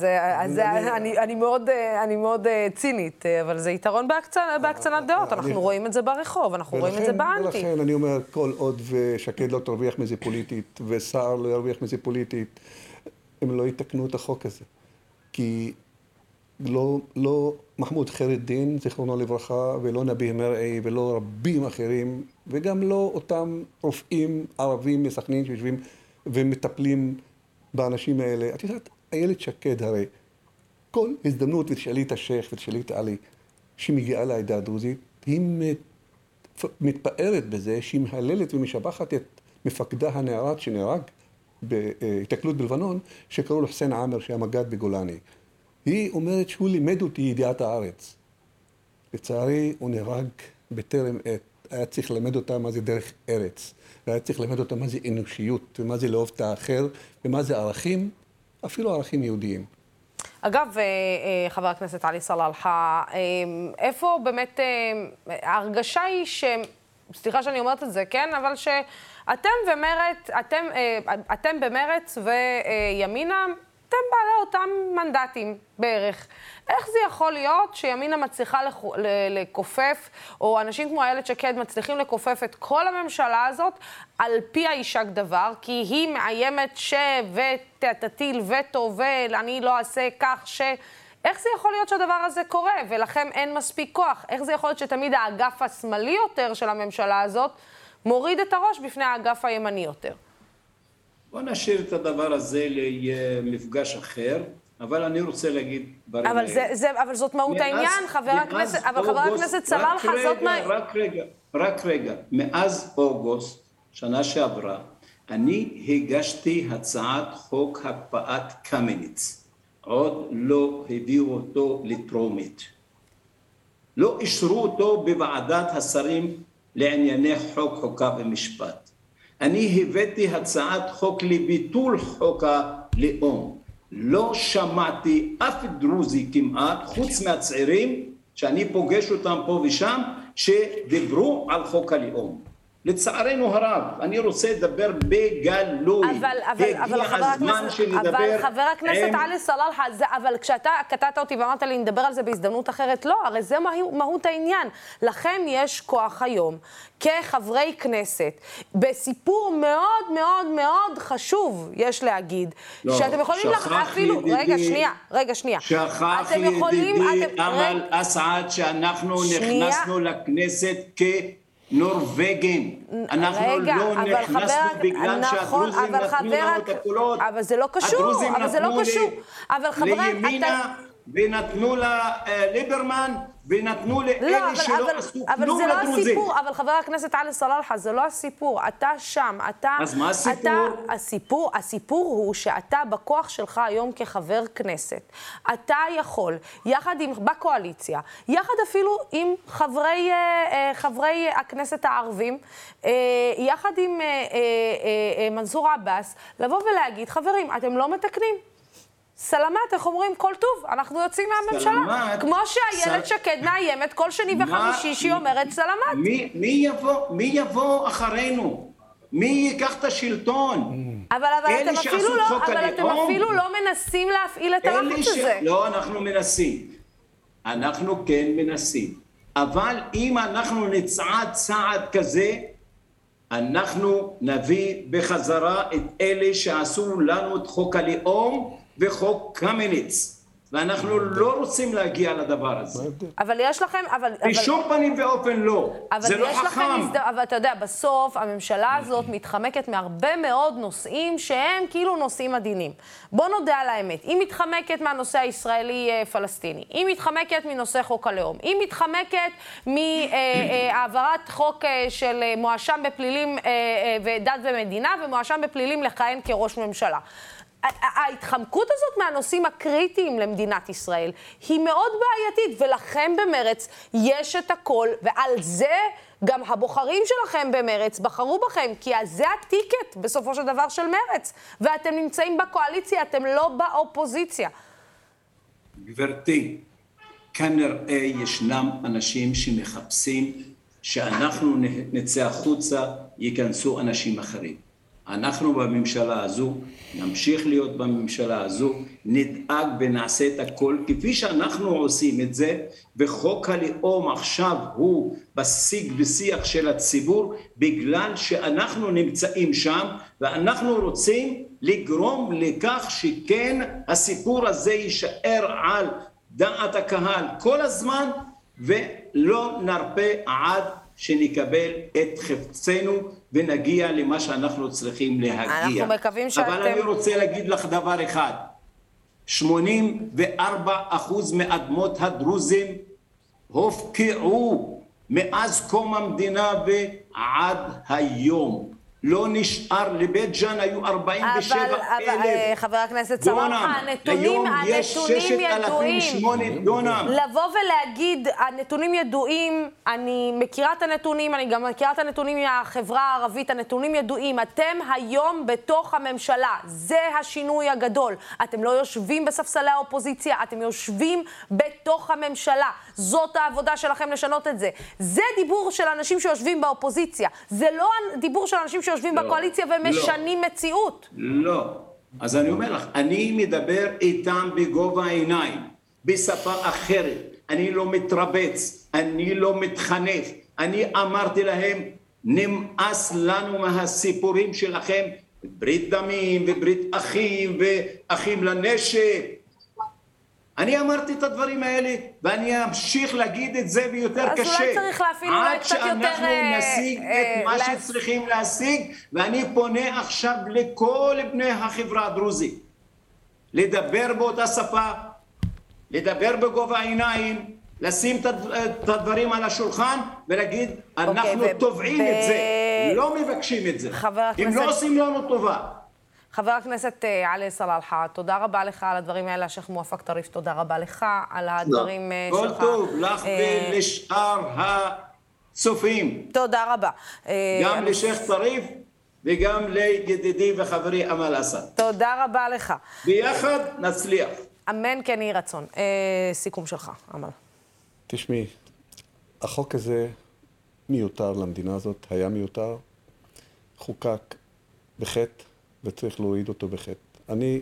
אני מאוד צינית, אבל זה יתרון בהקצנת דעות. אנחנו רואים את זה ברחוב, אנחנו רואים את זה באנטי. ולכן אני אומר, כל עוד ושקד לא תרוויח מזה פוליטית, וסער לא ירוויח מזה פוליטית, הם לא יתקנו את החוק הזה. כי לא, לא מחמוד ח'יר-א-דין, זיכרונו לברכה, ולא נביה מרעי, ולא רבים אחרים, וגם לא אותם רופאים ערבים מסכנין שיושבים ומטפלים באנשים האלה. את יודעת, איילת שקד הרי, כל הזדמנות, ותשאלי את השייח ותשאלי את עלי, שמגיעה לעדה הדרוזית, היא מתפארת בזה שהיא מהללת ומשבחת את מפקדה הנערת שנהרג בהתקלות בלבנון, שקראו לו חסן עאמר, שהיה מג"ד בגולני. היא אומרת שהוא לימד אותי ידיעת הארץ. לצערי, הוא נהרג בטרם עת. היה צריך ללמד אותה מה זה דרך ארץ. והיה צריך ללמד אותה מה זה אנושיות, ומה זה לאהוב את האחר, ומה זה ערכים, אפילו ערכים יהודיים. אגב, חבר הכנסת עלי סלאלחה, איפה באמת, ההרגשה היא ש... סליחה שאני אומרת את זה, כן? אבל שאתם ומרץ, אתם, אתם במרץ וימינה, אתם בעלי אותם מנדטים בערך. איך זה יכול להיות שימינה מצליחה לקופף, או אנשים כמו איילת שקד מצליחים לקופף את כל הממשלה הזאת על פי האישק דבר, כי היא מאיימת ש... ותטיל וטו ואני לא אעשה כך ש... איך זה יכול להיות שהדבר הזה קורה, ולכם אין מספיק כוח? איך זה יכול להיות שתמיד האגף השמאלי יותר של הממשלה הזאת מוריד את הראש בפני האגף הימני יותר? בוא נשאיר את הדבר הזה למפגש אחר, אבל אני רוצה להגיד... אבל, זה, זה, אבל זאת מהות העניין, חבר הכנסת, אבל חבר הכנסת סלאלחה, זאת מה... רק רגע, רק רגע. מאז אוגוסט, שנה שעברה, אני הגשתי הצעת חוק הקפאת קמיניץ. עוד לא הביאו אותו לטרומית. לא אישרו אותו בוועדת השרים לענייני חוק, חוקה ומשפט. אני הבאתי הצעת חוק לביטול חוק הלאום. לא שמעתי אף דרוזי כמעט, חוץ מהצעירים, שאני פוגש אותם פה ושם, שדיברו על חוק הלאום. לצערנו הרב, אני רוצה לדבר בגלוי. אבל, אבל, אבל חבר הכנסת, אבל חבר הכנסת עם... עלי סלאלחה, אבל כשאתה קטעת אותי ואמרת לי, נדבר על זה בהזדמנות אחרת, לא, הרי זה מהות העניין. לכם יש כוח היום, כחברי כנסת, בסיפור מאוד מאוד מאוד חשוב, יש להגיד, לא, שאתם יכולים לך אפילו, ידידי, רגע, שנייה, רגע, שנייה. שכח ידידי, אמל אסעד, שאנחנו שנייה. נכנסנו לכנסת כ... נורווגים. אנחנו רגע, לא נכנסנו חבר, בגלל נכון, שהדרוזים נתנו לנו את הקולות. אבל זה לא קשור, אבל זה לא קשור. אבל חברי, לימינה אתה... ונתנו לליברמן ונתנו לאלה לא, שלא אבל, עשו אבל כלום זה לא לדרוזים. הסיפור, אבל חבר הכנסת עלי סלאלחה, זה לא הסיפור. אתה שם, אתה... אז מה הסיפור? אתה, הסיפור, הסיפור הוא שאתה בכוח שלך היום כחבר כנסת. אתה יכול, יחד עם, בקואליציה, יחד אפילו עם חברי, חברי הכנסת הערבים, יחד עם מנסור עבאס, לבוא ולהגיד, חברים, אתם לא מתקנים. סלמת, איך אומרים? כל טוב, אנחנו יוצאים מהממשלה. סלמת. כמו שאיילת סל... שקד מאיימת כל שני וחמישי שהיא אומרת סלמת. מי, מי, יבוא, מי יבוא אחרינו? מי ייקח את השלטון? אבל, אבל, אתם אפילו, לא, אבל אתם אפילו לא מנסים להפעיל את הלחץ ש... הזה. לא, אנחנו מנסים. אנחנו כן מנסים. אבל אם אנחנו נצעד צעד כזה, אנחנו נביא בחזרה את אלה שעשו לנו את חוק הלאום, וחוק קמיניץ, ואנחנו לא רוצים להגיע לדבר הזה. אבל יש לכם, אבל... בשום פנים ואופן לא. זה לא חכם. אבל אתה יודע, בסוף הממשלה הזאת מתחמקת מהרבה מאוד נושאים שהם כאילו נושאים עדינים. בוא נודע על האמת. היא מתחמקת מהנושא הישראלי-פלסטיני. היא מתחמקת מנושא חוק הלאום. היא מתחמקת מהעברת חוק של מואשם בפלילים ודת ומדינה, ומואשם בפלילים לכהן כראש ממשלה. ההתחמקות הזאת מהנושאים הקריטיים למדינת ישראל היא מאוד בעייתית, ולכם במרץ יש את הכל, ועל זה גם הבוחרים שלכם במרץ בחרו בכם, כי זה הטיקט בסופו של דבר של מרץ, ואתם נמצאים בקואליציה, אתם לא באופוזיציה. גברתי, כנראה ישנם אנשים שמחפשים שאנחנו נצא החוצה, ייכנסו אנשים אחרים. אנחנו בממשלה הזו, נמשיך להיות בממשלה הזו, נדאג ונעשה את הכל, כפי שאנחנו עושים את זה, וחוק הלאום עכשיו הוא בשיג ושיח של הציבור, בגלל שאנחנו נמצאים שם, ואנחנו רוצים לגרום לכך שכן הסיפור הזה יישאר על דעת הקהל כל הזמן, ולא נרפה עד שנקבל את חפצנו ונגיע למה שאנחנו צריכים להגיע. אנחנו מקווים שאתם... אבל אני רוצה להגיד לך דבר אחד. שמונים וארבעה אחוז מאדמות הדרוזים הופקעו מאז קום המדינה ועד היום. לא נשאר, לבית ג'אן היו ארבעים ושבע אלף אבל, חבר הכנסת סלאלחה, הנתונים, היום יש ששת אלפים ושמונה דונם. לבוא ולהגיד, הנתונים ידועים, אני מכירה את הנתונים, אני גם מכירה את הנתונים מהחברה הערבית, הנתונים ידועים, אתם היום בתוך הממשלה, זה השינוי הגדול. אתם לא יושבים בספסלי האופוזיציה, אתם יושבים בתוך הממשלה. זאת העבודה שלכם לשנות את זה. זה דיבור של אנשים שיושבים באופוזיציה. זה לא דיבור של אנשים שיושבים לא, בקואליציה ומשנים לא, מציאות. לא. אז אני אומר לך, אני מדבר איתם בגובה העיניים, בשפה אחרת. אני לא מתרבץ, אני לא מתחנף. אני אמרתי להם, נמאס לנו מהסיפורים שלכם, ברית דמים וברית אחים ואחים לנשק. אני אמרתי את הדברים האלה, ואני אמשיך להגיד את זה ביותר קשה. אז אולי צריך להפעיל אולי קצת יותר... עד שאנחנו נשיג את מה שצריכים להשיג, ואני פונה עכשיו לכל בני החברה הדרוזית. לדבר באותה שפה, לדבר בגובה העיניים, לשים את הדברים על השולחן ולהגיד, אנחנו תובעים את זה, לא מבקשים את זה. אם לא עושים לנו טובה. חבר הכנסת עלי סלאלחה, תודה רבה לך על הדברים האלה, השייח מואפק טריף, תודה רבה לך על הדברים שלך. כל טוב, לך ולשאר הצופים. תודה רבה. גם לשייח טריף וגם לידידי וחברי אמל אסד. תודה רבה לך. ביחד נצליח. אמן כן יהי רצון. סיכום שלך, אמל. תשמעי, החוק הזה מיותר למדינה הזאת, היה מיותר, חוקק בחטא, וצריך להוריד אותו בחטא. אני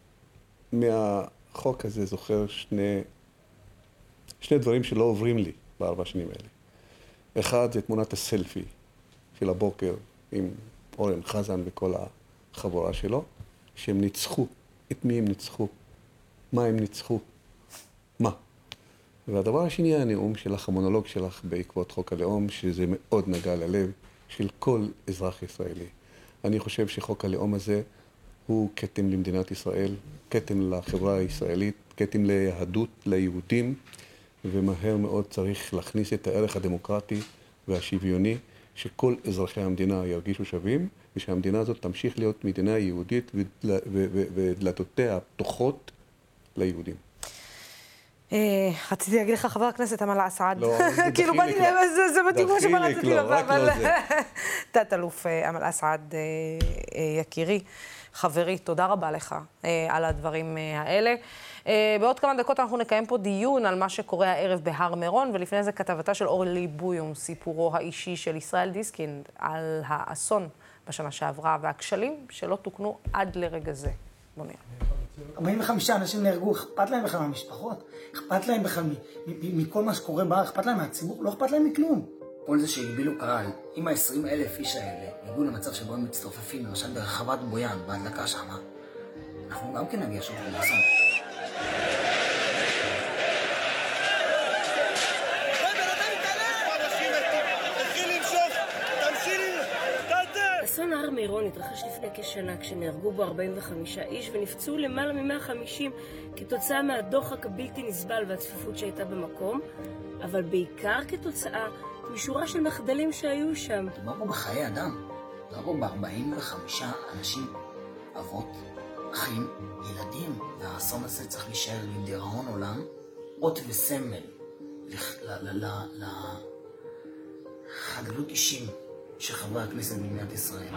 מהחוק הזה זוכר שני, שני דברים שלא עוברים לי בארבע שנים האלה. אחד זה תמונת הסלפי של הבוקר עם אורן חזן וכל החבורה שלו, שהם ניצחו. את מי הם ניצחו? מה הם ניצחו? מה? והדבר השני, הנאום שלך, המונולוג שלך בעקבות חוק הלאום, שזה מאוד נגע ללב של כל אזרח ישראלי. אני חושב שחוק הלאום הזה הוא כתם למדינת ישראל, כתם לחברה הישראלית, כתם ליהדות, ליהודים, ומהר מאוד צריך להכניס את הערך הדמוקרטי והשוויוני, שכל אזרחי המדינה ירגישו שווים, ושהמדינה הזאת תמשיך להיות מדינה יהודית ודלתותיה פתוחות ליהודים. רציתי להגיד לך, חבר הכנסת אמל אסעד, לא, כאילו באתי להם, זה מתאים כמו שברציתי לו, רק לא זה. תת-אלוף אמל אסעד יקירי, חברי, תודה רבה לך על הדברים האלה. בעוד כמה דקות אנחנו נקיים פה דיון על מה שקורה הערב בהר מירון, ולפני זה כתבתה של אורלי בויום, סיפורו האישי של ישראל דיסקינד, על האסון בשנה שעברה והכשלים שלא תוקנו עד לרגע זה. בוא נראה. ארבעים וחמישה אנשים נהרגו, אכפת להם בכלל מהמשפחות, אכפת להם בכלל מכל מה שקורה בארץ, אכפת להם מהציבור, לא אכפת להם מכלום. כל זה שהגבילו קהל, עם ה-עשרים אלף איש האלה, הגיעו למצב שבו הם מצטופפים, למשל ברחבת בויאן, בהדלקה שמה, אנחנו גם כן נגיע שוב לאסון. אסון הר מירון התרחש לפני כשנה כשנהרגו בו ארבעים וחמישה איש ונפצעו למעלה מ-מאה וחמישים כתוצאה מהדוחק הבלתי נסבל והצפיפות שהייתה במקום, אבל בעיקר כתוצאה משורה של מחדלים שהיו שם. מדובר פה בחיי אדם, מדובר פה ב-ארבעים וחמישה אנשים, אבות, אחים, ילדים, והאסון הזה צריך להישאר לדיראון עולם, אות וסמל לחדלות אישים של חברי הכנסת במדינת ישראל.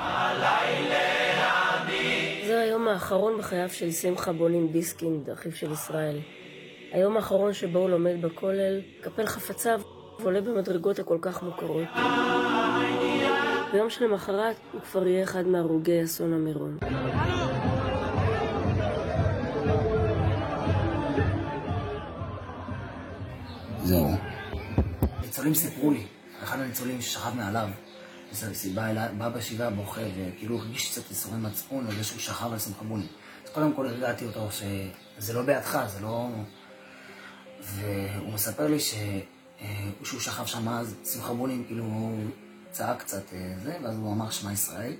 זה היום האחרון בחייו של שמחה בונים דיסקינד, אחיו של ישראל. היום האחרון שבו הוא לומד בכולל, קפל חפציו ועולה במדרגות הכל כך מוכרות. ביום שלמחרת הוא כבר יהיה אחד מהרוגי אסון המירון. זהו. ניצולים סיפרו לי, אחד הניצולים ששכב מעליו, בא בשבעה בוכה, וכאילו הוא הרגיש קצת איסורי מצפון על זה שהוא שכב על שמחה בונים. אז קודם כל הרגעתי אותו שזה לא בידך, זה לא... והוא מספר לי שהוא שכב שם אז, שמחה בונים, כאילו הוא צעק קצת זה, ואז הוא אמר שמע ישראל,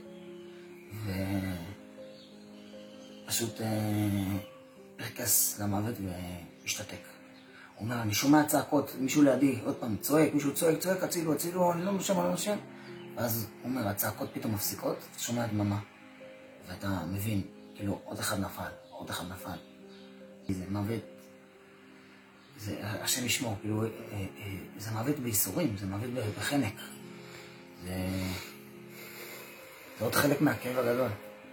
ופשוט הרקס למוות והשתתק. הוא אומר, אני שומע צעקות, מישהו לידי, עוד פעם, צועק, מישהו צועק, צועק, הצילו, הצילו, אני לא נושם, אני לא נושם. ואז הוא אומר, הצעקות פתאום מפסיקות, אתה שומע דממה. ואתה מבין, כאילו, עוד אחד נפל, עוד אחד נפל. זה מוות, זה, השם ישמור, כאילו, זה מוות בייסורים, זה מוות בחנק. זה, זה עוד חלק מהכאב הגדול.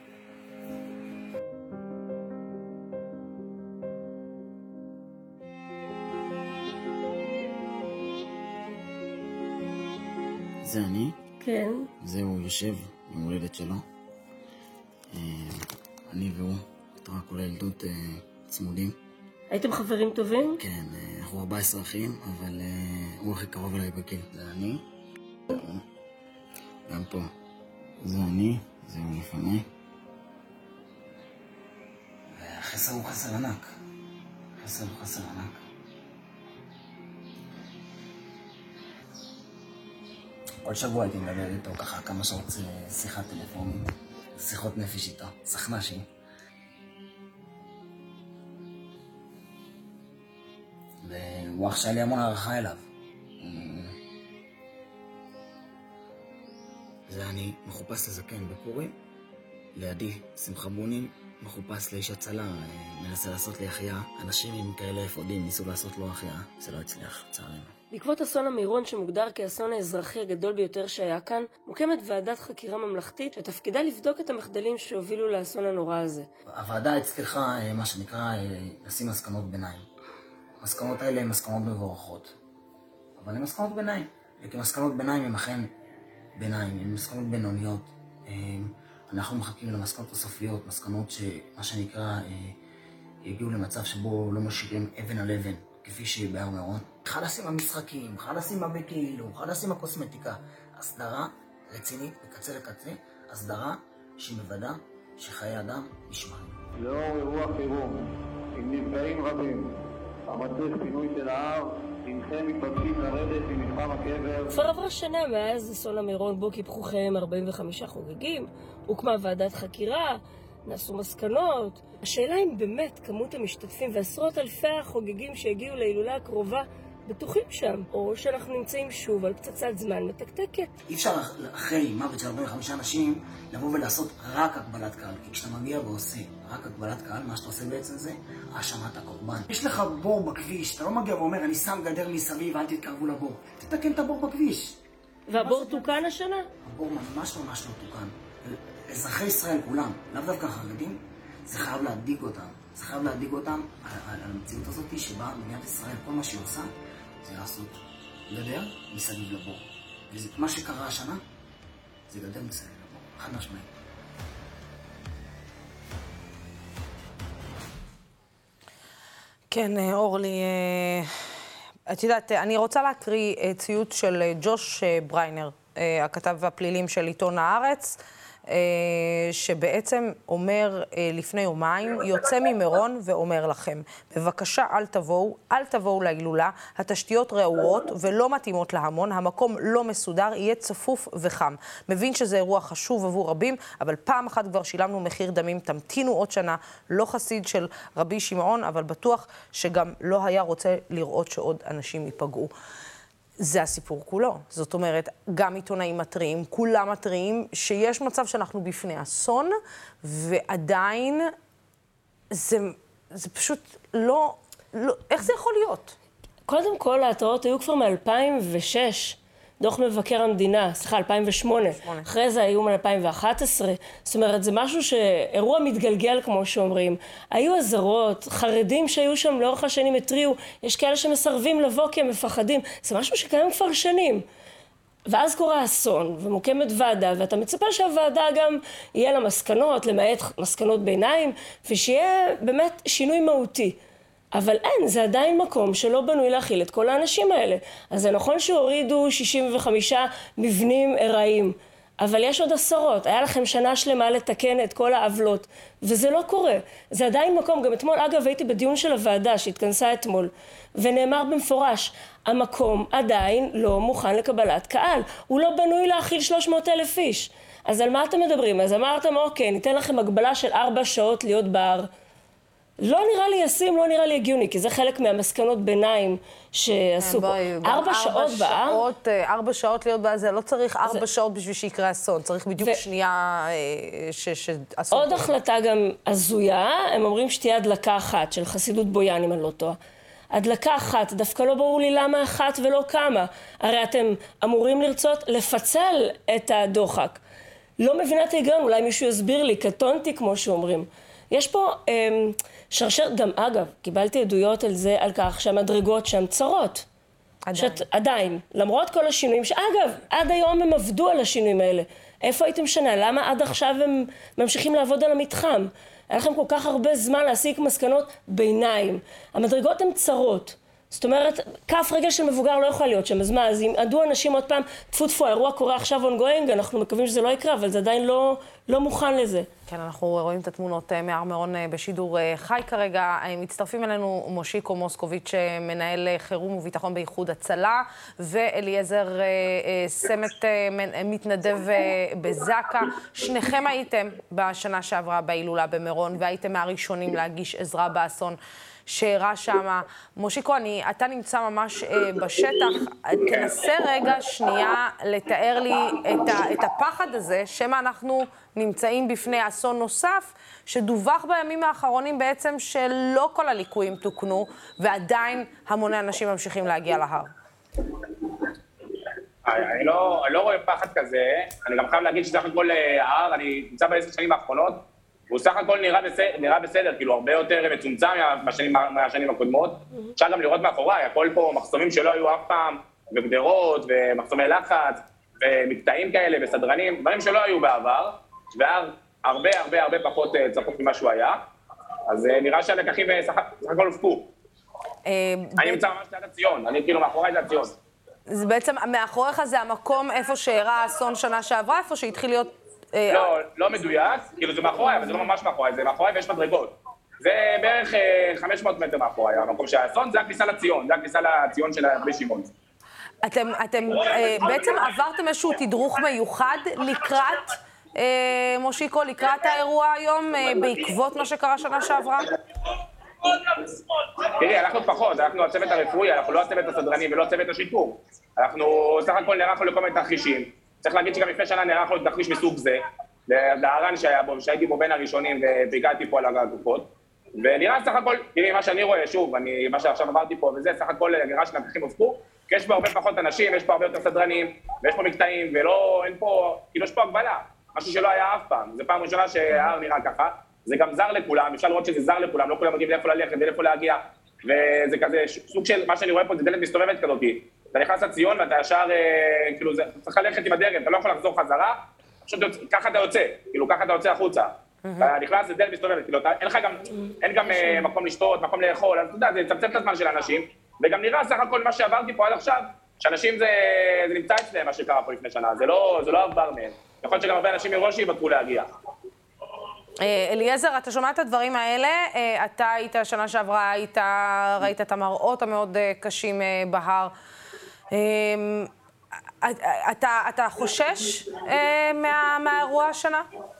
זה אני? כן. זה הוא יושב עם הולדת שלו. אני והוא, רק כל הילדות צמודים. הייתם חברים טובים? כן, אנחנו ארבעה עשר אחים, אבל הוא הכי קרוב אליי בגיל. זה אני, זה הוא. גם פה. זה אני, זה הוא לפני. והחסר הוא חסר ענק. חסר, חסר ענק. כל שבוע הייתי מדבר איתו ככה כמה שעות שיחת טלפונים, שיחות נפש איתו, סחנשי. והוא אח שלי המון הערכה אליו. זה אני מחופש לזקן בפורים, לידי שמחה בונים, מחופש לאיש הצלה, מנסה לעשות לי החיה. אנשים עם כאלה אפודים ניסו לעשות לו החיה, זה לא הצליח, צערנו. בעקבות אסון המירון שמוגדר כאסון האזרחי הגדול ביותר שהיה כאן, מוקמת ועדת חקירה ממלכתית שתפקידה לבדוק את המחדלים שהובילו לאסון הנורא הזה. הוועדה הצליחה, מה שנקרא, לשים מסקנות ביניים. המסקנות האלה הן מסקנות מבורכות, אבל הן מסקנות ביניים. כי מסקנות ביניים הן אכן ביניים, הן מסקנות בינוניות. אנחנו מחכים למסקנות הסופיות, מסקנות שמה שנקרא יגיעו למצב שבו לא משאירים אבן על אבן, כפי שהיא בהר מירון. חלאס עם המשחקים, חלאס עם הבכאילו, חלאס עם הקוסמטיקה. הסדרה רצינית, מקצה לקצה, הסדרה שמוודא שחיי אדם נשמרים. לאור אירוע חירום, עם נפגעים רבים, המצריך פינוי של ההר, אינכם מתבקשים לרדת ממתחם הקבר. כבר עברה שנה מאז אסון המירון בו קיפחו חייהם ארבעים וחמישה חוגגים, הוקמה ועדת חקירה, נעשו מסקנות. השאלה אם באמת כמות המשתתפים ועשרות אלפי החוגגים שהגיעו להילולה הקרובה בטוחים שם, או שאנחנו נמצאים שוב על פצצת זמן מתקתקת. אי אפשר אחרי מוות של ארבעים וחמישה אנשים לבוא ולעשות רק הגבלת קהל, כי כשאתה מגיע ועושה רק הגבלת קהל, מה שאתה עושה בעצם זה האשמת הקורבן. יש לך בור בכביש, אתה לא מגיע ואומר אני שם גדר מסביב ואל תתקרבו לבור, תתקן את הבור בכביש. והבור תוקן השנה? הבור ממש ממש לא תוקן. אזרחי ישראל כולם, לאו דווקא חרדים, זה חייב להדאיג אותם. זה חייב להדאיג אותם על, על, על המציאות הזאת שבה מדינת ישראל, כל מה שהיא עושה, זה לעשות גדר מסביב לבור. ומה שקרה השנה, זה גדר מסביב לבור. חד משמעית. כן, אורלי, את יודעת, אני רוצה להקריא ציוץ של ג'וש בריינר, הכתב הפלילים של עיתון הארץ, שבעצם אומר לפני יומיים, יוצא ממירון ואומר לכם, בבקשה אל תבואו, אל תבואו להילולה, התשתיות רעועות ולא מתאימות להמון, המקום לא מסודר, יהיה צפוף וחם. מבין שזה אירוע חשוב עבור רבים, אבל פעם אחת כבר שילמנו מחיר דמים, תמתינו עוד שנה, לא חסיד של רבי שמעון, אבל בטוח שגם לא היה רוצה לראות שעוד אנשים ייפגעו. זה הסיפור כולו. זאת אומרת, גם עיתונאים מתריעים, כולם מתריעים, שיש מצב שאנחנו בפני אסון, ועדיין זה, זה פשוט לא, לא... איך זה יכול להיות? קודם כל, ההתראות היו כבר מ-אלפיים ושש. דוח מבקר המדינה, סליחה, אלפיים ושמונה. אחרי זה היו מ-אלפיים ואחת עשרה. זאת אומרת, זה משהו שאירוע מתגלגל, כמו שאומרים. היו עזרות, חרדים שהיו שם לאורך השנים התריעו, יש כאלה שמסרבים לבוא כי הם מפחדים. זה משהו שקיים כבר שנים. ואז קורה אסון, ומוקמת ועדה, ואתה מצפה שהוועדה גם יהיה לה מסקנות, למעט מסקנות ביניים, ושיהיה באמת שינוי מהותי. אבל אין, זה עדיין מקום שלא בנוי להכיל את כל האנשים האלה. אז זה נכון שהורידו שישים וחמישה מבנים ארעיים, אבל יש עוד עשרות. היה לכם שנה שלמה לתקן את כל העוולות, וזה לא קורה. זה עדיין מקום. גם אתמול, אגב, הייתי בדיון של הוועדה שהתכנסה אתמול, ונאמר במפורש, המקום עדיין לא מוכן לקבלת קהל. הוא לא בנוי להכיל שלוש מאות אלף איש. אז על מה אתם מדברים? אז אמרתם, אוקיי, ניתן לכם הגבלה של ארבע שעות להיות בהר. לא נראה לי ישים, לא נראה לי הגיוני, כי זה חלק מהמסקנות ביניים שעשו פה. ארבע שעות בהר? ארבע שעות להיות בהר, זה לא צריך ארבע שעות בשביל שיקרה אסון, צריך בדיוק שנייה שאסון. עוד החלטה גם הזויה, הם אומרים שתהיה הדלקה אחת של חסידות בויאן, אם אני לא טועה. הדלקה אחת, דווקא לא ברור לי למה אחת ולא כמה. הרי אתם אמורים לרצות לפצל את הדוחק. לא מבינה את ההיגיון, אולי מישהו יסביר לי, קטונתי כמו שאומרים. יש פה אה, שרשרת, גם אגב, קיבלתי עדויות על זה, על כך שהמדרגות שם צרות. עדיין. שאת, עדיין, למרות כל השינויים, שאגב, עד היום הם עבדו על השינויים האלה. איפה הייתם שנה? למה עד עכשיו הם ממשיכים לעבוד על המתחם? היה לכם כל כך הרבה זמן להסיק מסקנות ביניים. המדרגות הן צרות. זאת אומרת, כף רגל של מבוגר לא יכול להיות שם, אז מה, אז אם עדו אנשים עוד פעם, תפו תפו, האירוע קורה עכשיו ongoing, אנחנו מקווים שזה לא יקרה, אבל זה עדיין לא, לא מוכן לזה. כן, אנחנו רואים את התמונות מהר מירון בשידור חי כרגע. מצטרפים אלינו מושיקו מוסקוביץ', מנהל חירום וביטחון באיחוד הצלה, ואליעזר סמט, מתנדב בזקה. שניכם הייתם בשנה שעברה בהילולה במירון, והייתם מהראשונים להגיש עזרה באסון שאירע שמה. מושיקו, אני, אתה נמצא ממש אה, בשטח, תנסה רגע שנייה לתאר לי את, ה, את הפחד הזה, שמה אנחנו נמצאים בפני אסון נוסף, שדווח בימים האחרונים בעצם שלא כל הליקויים תוקנו, ועדיין המוני אנשים ממשיכים להגיע להר. אני לא, אני לא רואה פחד כזה, אני גם חייב להגיד שסך הכל ההר, אני נמצא בעשר שנים האחרונות, הוא סך הכל נראה בסדר, נראה בסדר, כאילו הרבה יותר מצומצם מהשנים, מהשנים הקודמות. אפשר גם לראות מאחוריי, הכל פה מחסומים שלא היו אף פעם, וגדרות, ומחסומי לחץ, ומקטעים כאלה, וסדרנים, דברים שלא היו בעבר, והר הרבה הרבה הרבה פחות צפוף ממה שהוא היה, אז נראה שהלקחים סך הכל הופקו. אני נמצא ממש ליד הציון, אני כאילו מאחוריי זה הציון. זה בעצם, מאחוריך זה המקום איפה שאירע האסון שנה שעברה, איפה שהתחיל להיות... לא, לא מדויק, כאילו זה מאחוריי, אבל זה לא ממש מאחוריי, זה מאחוריי ויש מדרגות. זה בערך חמש מאות מטר מאחוריי, המקום של האסון, זה הכניסה לציון, זה הכניסה לציון של רבי שמעון. אתם, אתם בעצם עברתם איזשהו תדרוך מיוחד לקראת, מושיקו, לקראת האירוע היום, בעקבות מה שקרה שנה שעברה? תראי, אנחנו פחות, אנחנו הצוות הרפואי, אנחנו לא הצוות הסדרני ולא הצוות השיטור. אנחנו סך הכל נערכנו לכל מיני תרחישים. צריך להגיד שגם לפני שנה נערכנו לתרחיש מסוג זה, לדהרן שהיה בו, שהייתי בו בין הראשונים והגעתי פה על הגופות. ונראה סך הכל, תראי, מה שאני רואה, שוב, אני, מה שעכשיו עברתי פה וזה, סך הכל נראה שנתחים הופקו, כי יש פה הרבה פחות אנשים, יש פה הרבה יותר סדרנים, ויש פה מקטעים, ולא, אין פה, כאילו יש פה הגבלה, משהו שלא היה אף פעם. זו פעם ראשונה שההר נראה ככה, זה גם זר לכולם, אפשר לראות שזה זר לכולם, לא כולם יודעים לאיפה ללכת ולאיפה להגיע, וזה כזה סוג של, מה שאני רואה פה זה דלת מסתובבת כזאת, אתה נכנס לציון ואתה ישר, כאילו, זה, צריך ללכת עם הדרך, אתה לא יכול לחזור חזרה, פשוט ככה אתה יוצא, כאילו, ככה אתה יוצא החוצה. אתה נכנס לדלת מסתובבת, כאילו, אין לך גם, אין גם מקום לשתות, מקום לאכול, אז אתה יודע, זה יצמצם את הזמן של האנשים, וגם נראה סך הכל מה שעברתי פה עד עכשיו, שאנשים זה, זה נמצא אצלם, מה שקרה פה לפני שנה, זה לא, זה לא עבר מהם. יכול להיות שגם הרבה אנשים מראש יוותרו להגיע. אליעזר, אתה שומע את הדברים האלה, אתה היית, שנה שעברה, היית, ראית את המראות המאוד קשים בהר. אתה, אתה חושש מה, מהאירוע השנה?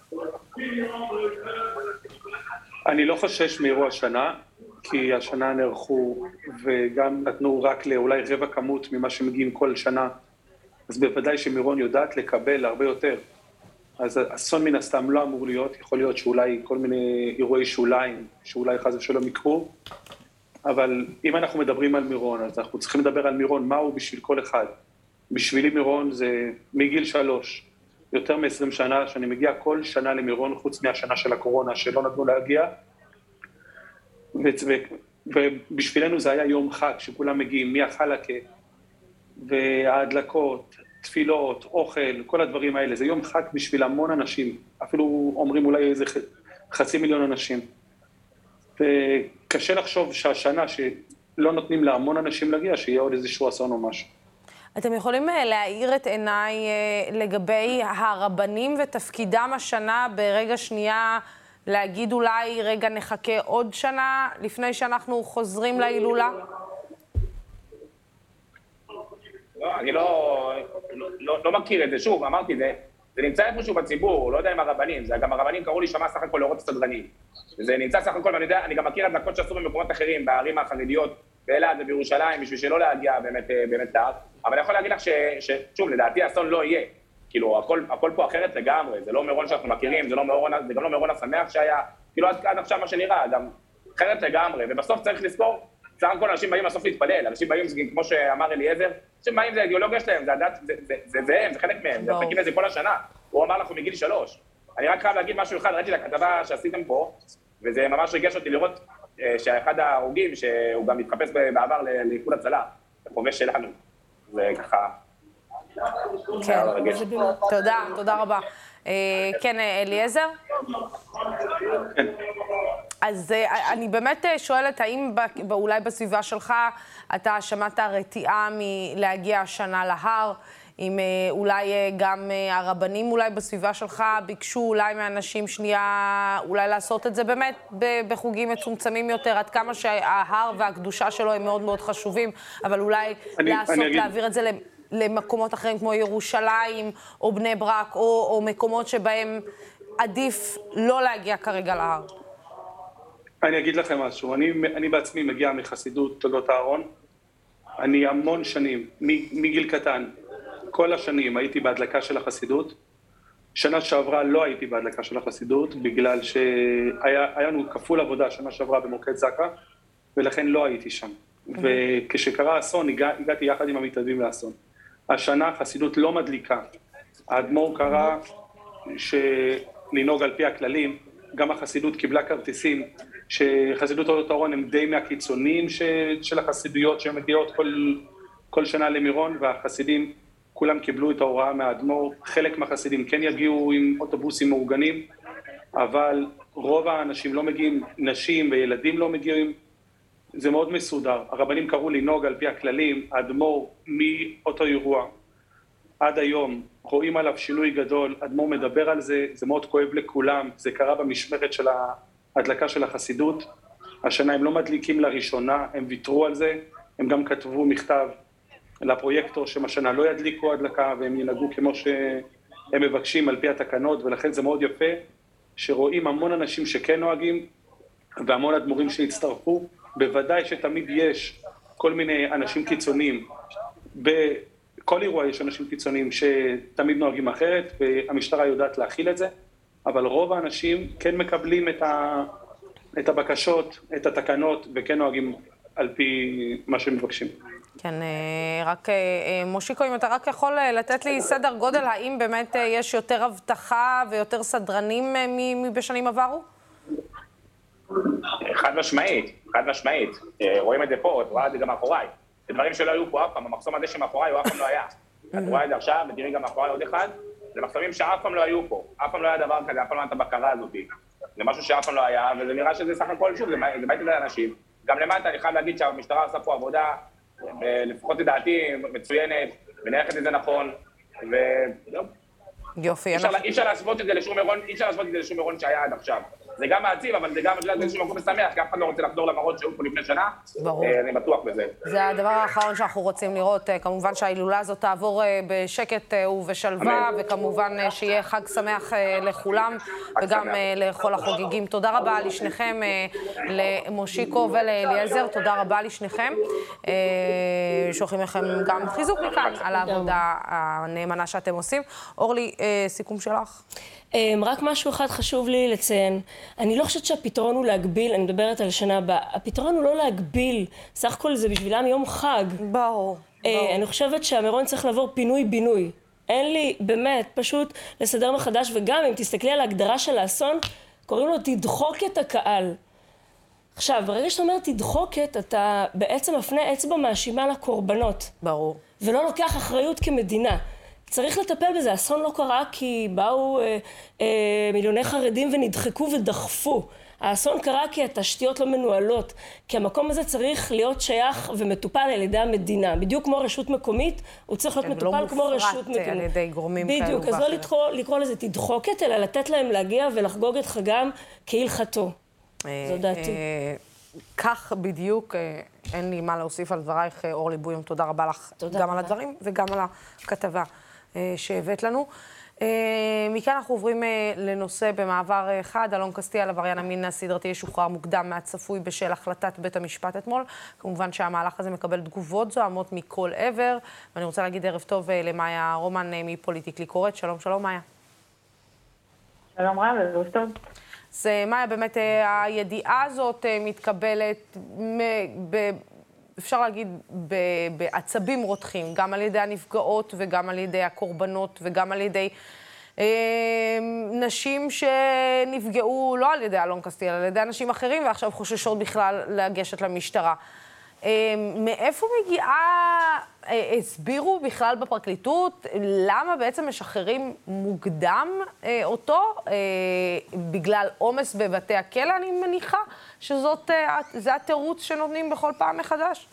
אני לא חושש מאירוע השנה, כי השנה נערכו וגם נתנו רק לאולי רבע כמות ממה שמגיעים כל שנה, אז בוודאי שמירון יודעת לקבל הרבה יותר. אז אסון מן הסתם לא אמור להיות, יכול להיות שאולי כל מיני אירועי שוליים, שאולי חס ושלום יקרו, אבל אם אנחנו מדברים על מירון, אז אנחנו צריכים לדבר על מירון, מהו בשביל כל אחד. בשבילי מירון זה מגיל שלוש, יותר מ-עשרים שנה, שאני מגיע כל שנה למירון, חוץ מהשנה של הקורונה, שלא נתנו להגיע, ובשבילנו זה היה יום חג, שכולם מגיעים מהחלקה, וההדלקות, תפילות, אוכל, כל הדברים האלה, זה יום חג בשביל המון אנשים, אפילו אומרים אולי איזה חצי מיליון אנשים. וקשה לחשוב שהשנה שלא נותנים להמון אנשים להגיע, שיהיה עוד איזשהו אסון או משהו. אתם יכולים להאיר את עיניי לגבי הרבנים ותפקידם השנה ברגע שנייה, להגיד אולי רגע נחכה עוד שנה לפני שאנחנו חוזרים להילולה? לא, אני לא, לא, לא מכיר את זה. שוב, אמרתי, זה, זה נמצא איפשהו בציבור, לא יודע אם הרבנים, זה גם הרבנים קראו לי שמה סך הכל להורות הסדרנים. זה נמצא סך הכל, ואני יודע, אני גם מכיר הדלקות שעשו במקומות אחרים, בערים החרדיות, באלעד ובירושלים, בשביל שלא להגיע באמת, באמת להר. אבל אני יכול להגיד לך ש, ששוב, לדעתי אסון לא יהיה. כאילו, הכל, הכל פה אחרת לגמרי, זה לא מירון שאנחנו מכירים, זה, לא מירון, זה גם לא מירון השמח שהיה, כאילו עד, עד עכשיו מה שנראה, גם אחרת לגמרי, ובסוף צריך לזכור, סך הכל אנשים באים בסוף להתפלל, אנשים באים, כמו שאמר אליעזר, אנשים באים, זה האידיאולוגיה שלהם, זה הדת, זה, זה, זה, זה הם, זה חלק מהם, זה מחכים לזה כל השנה, הוא אמר לך, הוא מגיל שלוש. אני רק חייב להגיד משהו אחד, ראיתי לכתבה שעשיתם פה, וזה ממש ריגש אותי לראות שאחד ההרוגים, שהוא גם מתחפש בעבר לאיחוד הצלה, החובש שלנו, זה ככה... כן, תודה, תודה רבה. כן, אליעזר? אז אני באמת שואלת, האם אולי בסביבה שלך אתה שמעת רתיעה מלהגיע השנה להר, אם אולי גם הרבנים אולי בסביבה שלך ביקשו אולי מאנשים שנייה, אולי לעשות את זה באמת בחוגים מצומצמים יותר, עד כמה שההר והקדושה שלו הם מאוד מאוד חשובים, אבל אולי אני, לעשות, אני להעביר את זה למקומות אחרים כמו ירושלים או בני ברק, או, או מקומות שבהם עדיף לא להגיע כרגע להר. אני אגיד לכם משהו, אני, אני בעצמי מגיע מחסידות תולדות אהרון, אני המון שנים, מגיל קטן, כל השנים הייתי בהדלקה של החסידות, שנה שעברה לא הייתי בהדלקה של החסידות, בגלל שהיה לנו כפול עבודה שנה שעברה במוקד זקה, ולכן לא הייתי שם. וכשקרה אסון, הגע, הגעתי יחד עם המתנדבים לאסון. השנה החסידות לא מדליקה. האדמו"ר קרא שלנהוג על פי הכללים, גם החסידות קיבלה כרטיסים, שחסידות תולדות אהרון הם די מהקיצונים של החסידויות שמגיעות כל, כל שנה למירון, והחסידים כולם קיבלו את ההוראה מהאדמו"ר. חלק מהחסידים כן יגיעו עם אוטובוסים מאורגנים, אבל רוב האנשים לא מגיעים, נשים וילדים לא מגיעים, זה מאוד מסודר. הרבנים קראו לנהוג על פי הכללים, האדמו"ר מאותו אירוע עד היום, רואים עליו שינוי גדול, האדמו"ר מדבר על זה, זה מאוד כואב לכולם, זה קרה במשמרת של ההדלקה של החסידות, השנה הם לא מדליקים לראשונה, הם ויתרו על זה, הם גם כתבו מכתב לפרויקטור שמשנה לא ידליקו הדלקה והם ינהגו כמו שהם מבקשים על פי התקנות, ולכן זה מאוד יפה שרואים המון אנשים שכן נוהגים והמון אדמו"רים שהצטרפו. בוודאי שתמיד יש כל מיני אנשים קיצוניים, בכל אירוע יש אנשים קיצוניים שתמיד נוהגים אחרת והמשטרה יודעת להכיל את זה, אבל רוב האנשים כן מקבלים את, ה... את הבקשות, את התקנות, וכן נוהגים על פי מה שהם מבקשים. כן, רק מושיקו, אם אתה רק יכול לתת לי סדר גודל, האם באמת יש יותר הבטחה ויותר סדרנים מבשנים עברו? חד משמעית, חד משמעית. רואים את זה פה, את רואה את זה גם מאחוריי. זה דברים שלא היו פה אף פעם, המחסום הזה שמאחוריי הוא אף פעם לא היה. את רואה את זה עכשיו, ותראי גם מאחוריי עוד אחד, זה מחסומים שאף פעם לא היו פה. אף פעם לא היה דבר כזה, אף פעם לא היה את הבקרה הזאת. זה משהו שאף פעם לא היה, וזה נראה שזה סך הכל שוב, זה בית לזה אנשים. גם למטה אני חייב להגיד שהמשטרה עושה פה עבודה, לפחות לדעתי, מצוינת, ונערכת את זה נכון, וזהו. יופי. אי אפשר להשוות את זה לשום מירון, אי אפשר להשוות את זה לשום מירון שהיה עד עכשיו. זה גם מעציב, אבל זה גם איזשהו מקום משמח, כי אף אחד לא רוצה לחזור למראות שהיו פה לפני שנה. ברור. אני בטוח בזה. זה הדבר האחרון שאנחנו רוצים לראות. כמובן שההילולה הזאת תעבור בשקט ובשלווה, וכמובן שיהיה חג שמח לכולם, וגם לכל החוגגים. תודה רבה לשניכם, למושיקו ולאליעזר, תודה רבה לשניכם. שולחים לכם גם חיזוק מכאן על העבודה הנאמנה שאתם עושים. אורלי, סיכום שלך? רק משהו אחד חשוב לי לציין. אני לא חושבת שהפתרון הוא להגביל, אני מדברת על שנה הבאה. הפתרון הוא לא להגביל, סך הכל זה בשבילם יום חג. ברור. אני חושבת שהמירון צריך לעבור פינוי-בינוי. אין לי באמת פשוט לסדר מחדש, וגם אם תסתכלי על ההגדרה של האסון, קוראים לו תדחוק את הקהל. עכשיו, ברגע שאתה אומר תדחוקת, אתה בעצם מפנה אצבע מאשימה לקורבנות. ברור. ולא לוקח אחריות כמדינה. צריך לטפל בזה, האסון לא קרה כי באו אה, אה, מיליוני חרדים ונדחקו ודחפו. האסון קרה כי התשתיות לא מנוהלות, כי המקום הזה צריך להיות שייך ומטופל על ידי המדינה. בדיוק כמו רשות מקומית, הוא צריך להיות מטופל לא כמו רשות מקומית. לא מופרט על ידי גורמים כאלו. בדיוק, אז לא לקרוא, לקרוא לזה תדחוקת, אלא לתת להם להגיע ולחגוג את חגם כהלכתו. זו דעתי. כך בדיוק, אין לי מה להוסיף על דברייך, אורלי בוים, תודה רבה לך גם על הדברים וגם על הכתבה שהבאת לנו. מכאן אנחנו עוברים לנושא במעבר אחד. אלון קסטיאל, עבריין המין הסדרתי, ישוחרר מוקדם מהצפוי בשל החלטת בית המשפט אתמול. כמובן שהמהלך הזה מקבל תגובות זוהמות מכל עבר, ואני רוצה להגיד ערב טוב למאיה רומן מפוליטיקלי קורט. שלום, שלום מאיה. שלום רב, ערב טוב. אז מאיה, באמת הידיעה הזאת מתקבלת ב... אפשר להגיד, בעצבים רותחים, גם על ידי הנפגעות וגם על ידי הקורבנות וגם על ידי אה, נשים שנפגעו לא על ידי אלון קסטיאל, על ידי אנשים אחרים, ועכשיו חוששות בכלל לגשת למשטרה. אה, מאיפה מגיעה הסבירו בכלל בפרקליטות למה בעצם משחררים מוקדם אותו, בגלל עומס בבתי הכלא? אני מניחה שזאת, זה התירוץ שנותנים בכל פעם מחדש?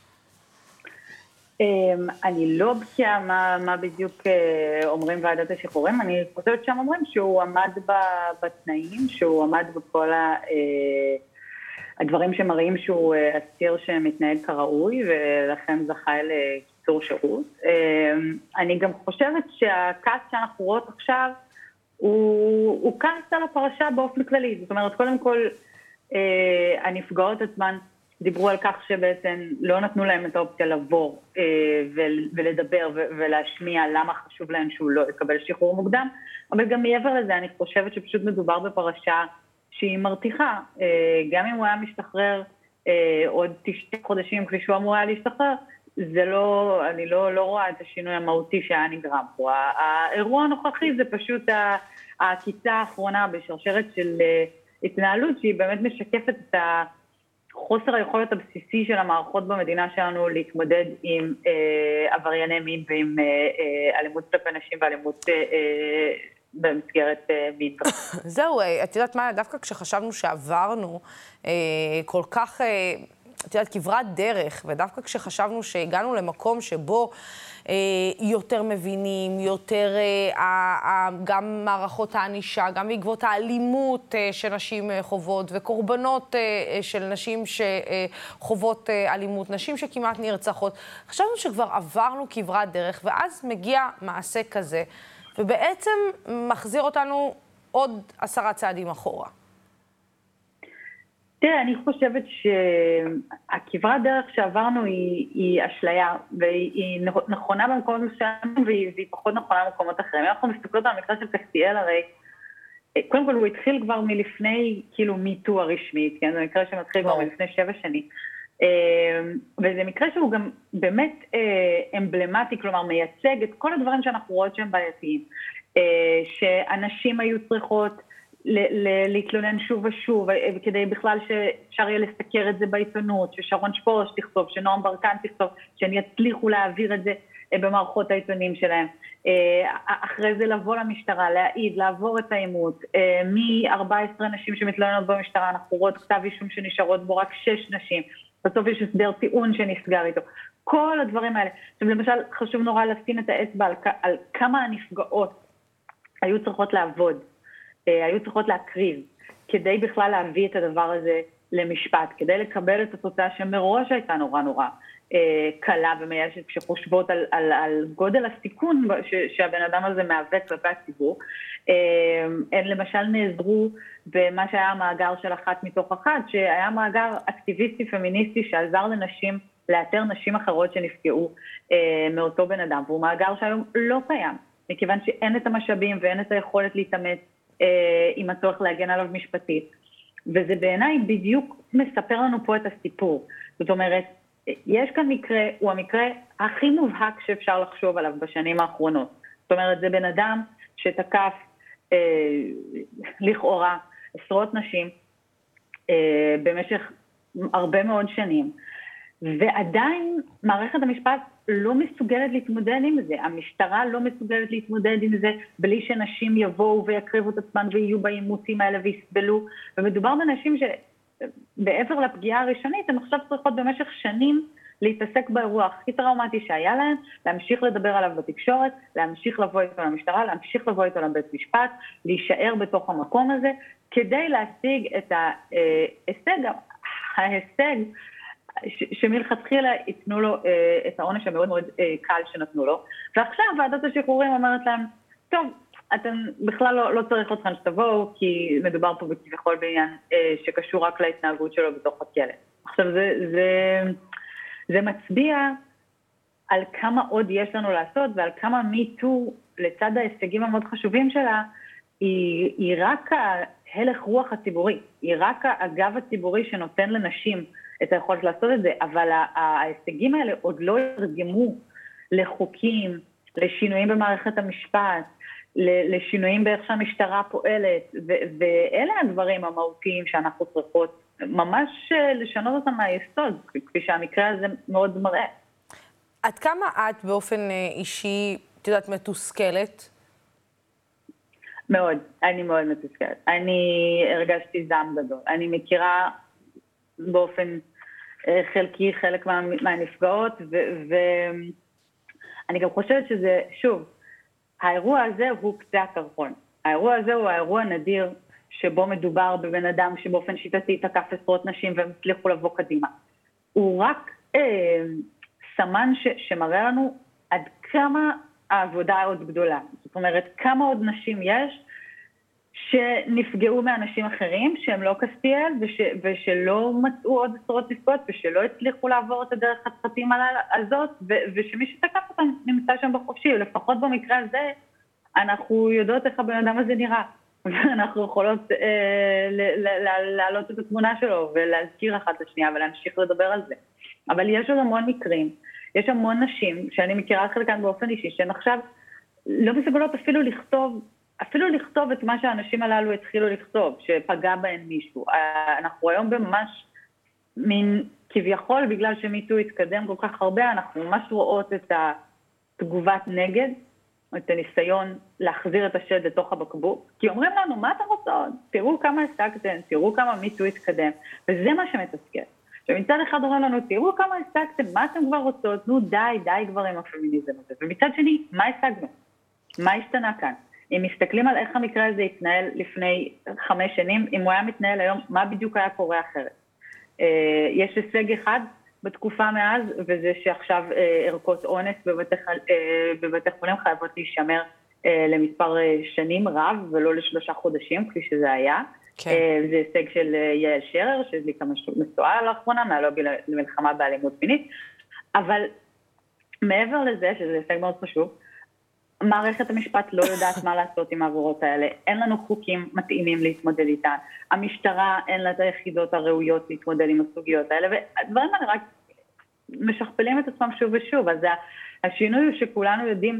אני לא בקיאה מה, מה בדיוק אומרים ועדת השחרורים. אני חושבת שהם אומרים שהוא עמד בתנאים, שהוא עמד בכל ה... הדברים שמראים שהוא אסיר שמתנהג כראוי, ולכן זכה לקיצור שירות. אני גם חושבת שהכעס שאנחנו רואות עכשיו, הוא, הוא כעס על הפרשה באופן כללי. זאת אומרת, קודם כל, הנפגעות עצמן דיברו על כך שבעצם לא נתנו להם את האופציה לבוא ולדבר ולהשמיע למה חשוב להם שהוא לא יקבל שחרור מוקדם, אבל גם מעבר לזה, אני חושבת שפשוט מדובר בפרשה שהיא מרתיחה, גם אם הוא היה משתחרר עוד תשעה חודשים כפי שהוא אמור היה להשתחרר, זה לא, אני לא, לא רואה את השינוי המהותי שהיה נגרם פה. האירוע הנוכחי זה פשוט הקיצה האחרונה בשרשרת של התנהלות שהיא באמת משקפת את החוסר היכולת הבסיסי של המערכות במדינה שלנו להתמודד עם עברייני מין ועם אלימות כלפי נשים ואלימות במסגרת מין. זהו, את יודעת מה, דווקא כשחשבנו שעברנו כל כך, את יודעת, כברת דרך, ודווקא כשחשבנו שהגענו למקום שבו יותר מבינים, יותר גם מערכות הענישה, גם בעקבות האלימות שנשים חוות, וקורבנות של נשים שחוות אלימות, נשים שכמעט נרצחות. חשבנו שכבר עברנו כברת דרך, ואז מגיע מעשה כזה, ובעצם מחזיר אותנו עוד עשרה צעדים אחורה. תראה, אני חושבת שהכברת דרך שעברנו היא, היא אשליה, והיא נכונה במקומות מסוימים, והיא, והיא פחות נכונה במקומות אחרים. אנחנו מסתכלות על המקרה של קסטיאל, הרי, קודם כל הוא התחיל כבר מלפני, כאילו, מיטו הרשמית, כן? זה מקרה שמתחיל כבר מלפני שבע שנים. וזה מקרה שהוא גם באמת אמבלמטי, כלומר מייצג את כל הדברים שאנחנו רואות שהם בעייתיים, שאנשים היו צריכות להתלונן שוב ושוב, וכדי בכלל שאפשר יהיה לסקר את זה בעיתונות, ששרון שפורש תכתוב, שנועם ברקן תכתוב, שהם יצליחו להעביר את זה במערכות העיתונים שלהם. אחרי זה לבוא למשטרה, להעיד, לעבור את העימות. מ-ארבע עשרה נשים שמתלוננות במשטרה, אנחנו רואות כתב אישום שנשארות בו רק שש נשים. בסוף יש הסדר טיעון שנסגר איתו. כל הדברים האלה. עכשיו, למשל, חשוב נורא לשים את האצבע על, על כמה הנפגעות היו צריכות לעבוד, היו צריכות להקריב, כדי בכלל להביא את הדבר הזה למשפט, כדי לקבל את התוצאה שמראש הייתה נורא נורא קלה ומיישת, כשחושבות על, על, על גודל הסיכון ש, שהבן אדם הזה מהווה כלפי הציבור. הן למשל נעזרו במה שהיה המאגר של אחת מתוך אחת, שהיה מאגר אקטיביסטי פמיניסטי שעזר לנשים, לאתר נשים אחרות שנפגעו מאותו בן אדם, והוא מאגר שהיום לא קיים, מכיוון שאין את המשאבים ואין את היכולת להתאמץ עם הצורך להגן עליו משפטית. וזה בעיניי בדיוק מספר לנו פה את הסיפור. זאת אומרת, יש כאן מקרה, הוא המקרה הכי מובהק שאפשר לחשוב עליו בשנים האחרונות. זאת אומרת, זה בן אדם שתקף אה, לכאורה עשרות נשים אה, במשך הרבה מאוד שנים, ועדיין מערכת המשפט לא מסוגלת להתמודד עם זה. המשטרה לא מסוגלת להתמודד עם זה בלי שנשים יבואו ויקריבו את עצמן ויהיו בעימותים האלה ויסבלו. ומדובר בנשים שבעבר לפגיעה הראשונית, הן עכשיו צריכות במשך שנים להתעסק באירוע הכי טראומטי שהיה להם, להמשיך לדבר עליו בתקשורת, להמשיך לבוא איתו למשטרה, להמשיך לבוא איתו לבית משפט, להישאר בתוך המקום הזה, כדי להשיג את ההישג, ההישג, שמלכתחילה יתנו לו את העונש המאוד מאוד קל שנתנו לו. ועכשיו ועדת השחרורים אומרת להם, טוב, אתם בכלל לא, לא צריך אתכם שתבואו, כי מדובר פה בכביכול בעניין שקשור רק להתנהגות שלו בתוך הכלא. עכשיו זה, זה, זה מצביע על כמה עוד יש לנו לעשות, ועל כמה מיטו לצד ההישגים המאוד חשובים שלה, היא, היא רק ההלך רוח הציבורי, היא רק הגב הציבורי שנותן לנשים את היכולת לעשות את זה, אבל ההישגים האלה עוד לא ירגמו לחוקים, לשינויים במערכת המשפט, לשינויים באיך שהמשטרה פועלת, ואלה הדברים המהותיים שאנחנו צריכות ממש לשנות אותם מהיסוד, כפי שהמקרה הזה מאוד מראה. עד כמה את באופן אישי, את יודעת, מתוסכלת? מאוד, אני מאוד מתוסכלת. אני הרגשתי זעם גדול. אני מכירה באופן חלקי חלק מה, מהנפגעות, ואני גם חושבת שזה, שוב, האירוע הזה הוא קצה הקרחון. האירוע הזה הוא האירוע נדיר, שבו מדובר בבן אדם שבאופן שיטתי תקף עשרות נשים והם הצליחו לבוא קדימה. הוא רק אה, סמן ש, שמראה לנו עד כמה העבודה עוד גדולה. זאת אומרת, כמה עוד נשים יש שנפגעו מאנשים אחרים, שהם לא קסטיאל, וש, ושלא מצאו עוד עשרות נפגעות, ושלא הצליחו לעבור את הדרך החתחתים הזאת, ו, ושמי שתקף אותם נמצא שם בחופשי. לפחות במקרה הזה, אנחנו יודעות איך הבן אדם הזה נראה. ואנחנו יכולות אה, להעלות את התמונה שלו, ולהזכיר אחת לשנייה, ולהמשיך לדבר על זה. אבל יש עוד המון מקרים, יש המון נשים, שאני מכירה חלקן באופן אישי, שהן עכשיו לא מסוגלות אפילו לכתוב, אפילו לכתוב את מה שהאנשים הללו התחילו לכתוב, שפגע בהן מישהו. אנחנו היום בממש מין, כביכול, בגלל שמיטו התקדם כל כך הרבה, אנחנו ממש רואות את התגובת נגד, את הניסיון להחזיר את השד לתוך הבקבוק, כי אומרים לנו, מה אתם רוצות? תראו כמה השגתם, תראו כמה מיטו התקדם, וזה מה שמתסכל. שמצד אחד אומרים לנו, תראו כמה השגתם, מה אתם כבר רוצות? נו די, די כבר עם הפמיניזם הזה. ומצד שני, מה השגנו? מה השתנה כאן? אם מסתכלים על איך המקרה הזה התנהל לפני חמש שנים, אם הוא היה מתנהל היום, מה בדיוק היה קורה אחרת? יש הישג אחד בתקופה מאז, וזה שעכשיו ערכות אונס בבתי חולים חייבות להישמר למספר שנים רב, ולא לשלושה חודשים, כפי שזה היה. כן. זה הישג של יעל שרר, שזה כמה מסועה לאחרונה, מהלובי למלחמה באלימות מינית, אבל מעבר לזה, שזה הישג מאוד חשוב, מערכת המשפט לא יודעת מה לעשות עם העבירות האלה, אין לנו חוקים מתאימים להתמודד איתן, המשטרה אין לה את היחידות הראויות להתמודד עם הסוגיות האלה, והדברים האלה רק משכפלים את עצמם שוב ושוב, אז השינוי הוא שכולנו יודעים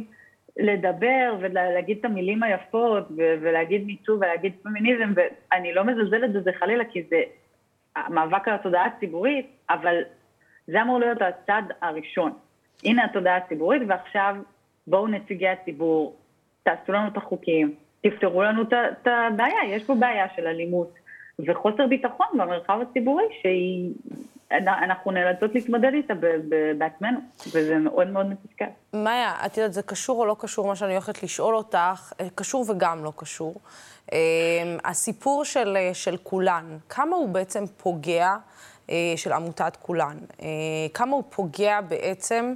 לדבר ולהגיד את המילים היפות ולהגיד מיטו ולהגיד פמיניזם, ואני לא מזלזלת בזה חלילה, כי זה מאבק על התודעה הציבורית, אבל זה אמור להיות הצד הראשון. הנה התודעה הציבורית, ועכשיו בואו נציגי הציבור, תעשו לנו את החוקים, תפתרו לנו את הבעיה. יש פה בעיה של אלימות וחוסר ביטחון במרחב הציבורי, שאנחנו נאלצות להתמודד איתה בעצמנו, וזה מאוד מאוד מתסכל. מאיה, את יודעת, זה קשור או לא קשור, מה שאני הולכת לשאול אותך, קשור וגם לא קשור. הסיפור של, של כולן, כמה הוא בעצם פוגע, של עמותת כולן, כמה הוא פוגע בעצם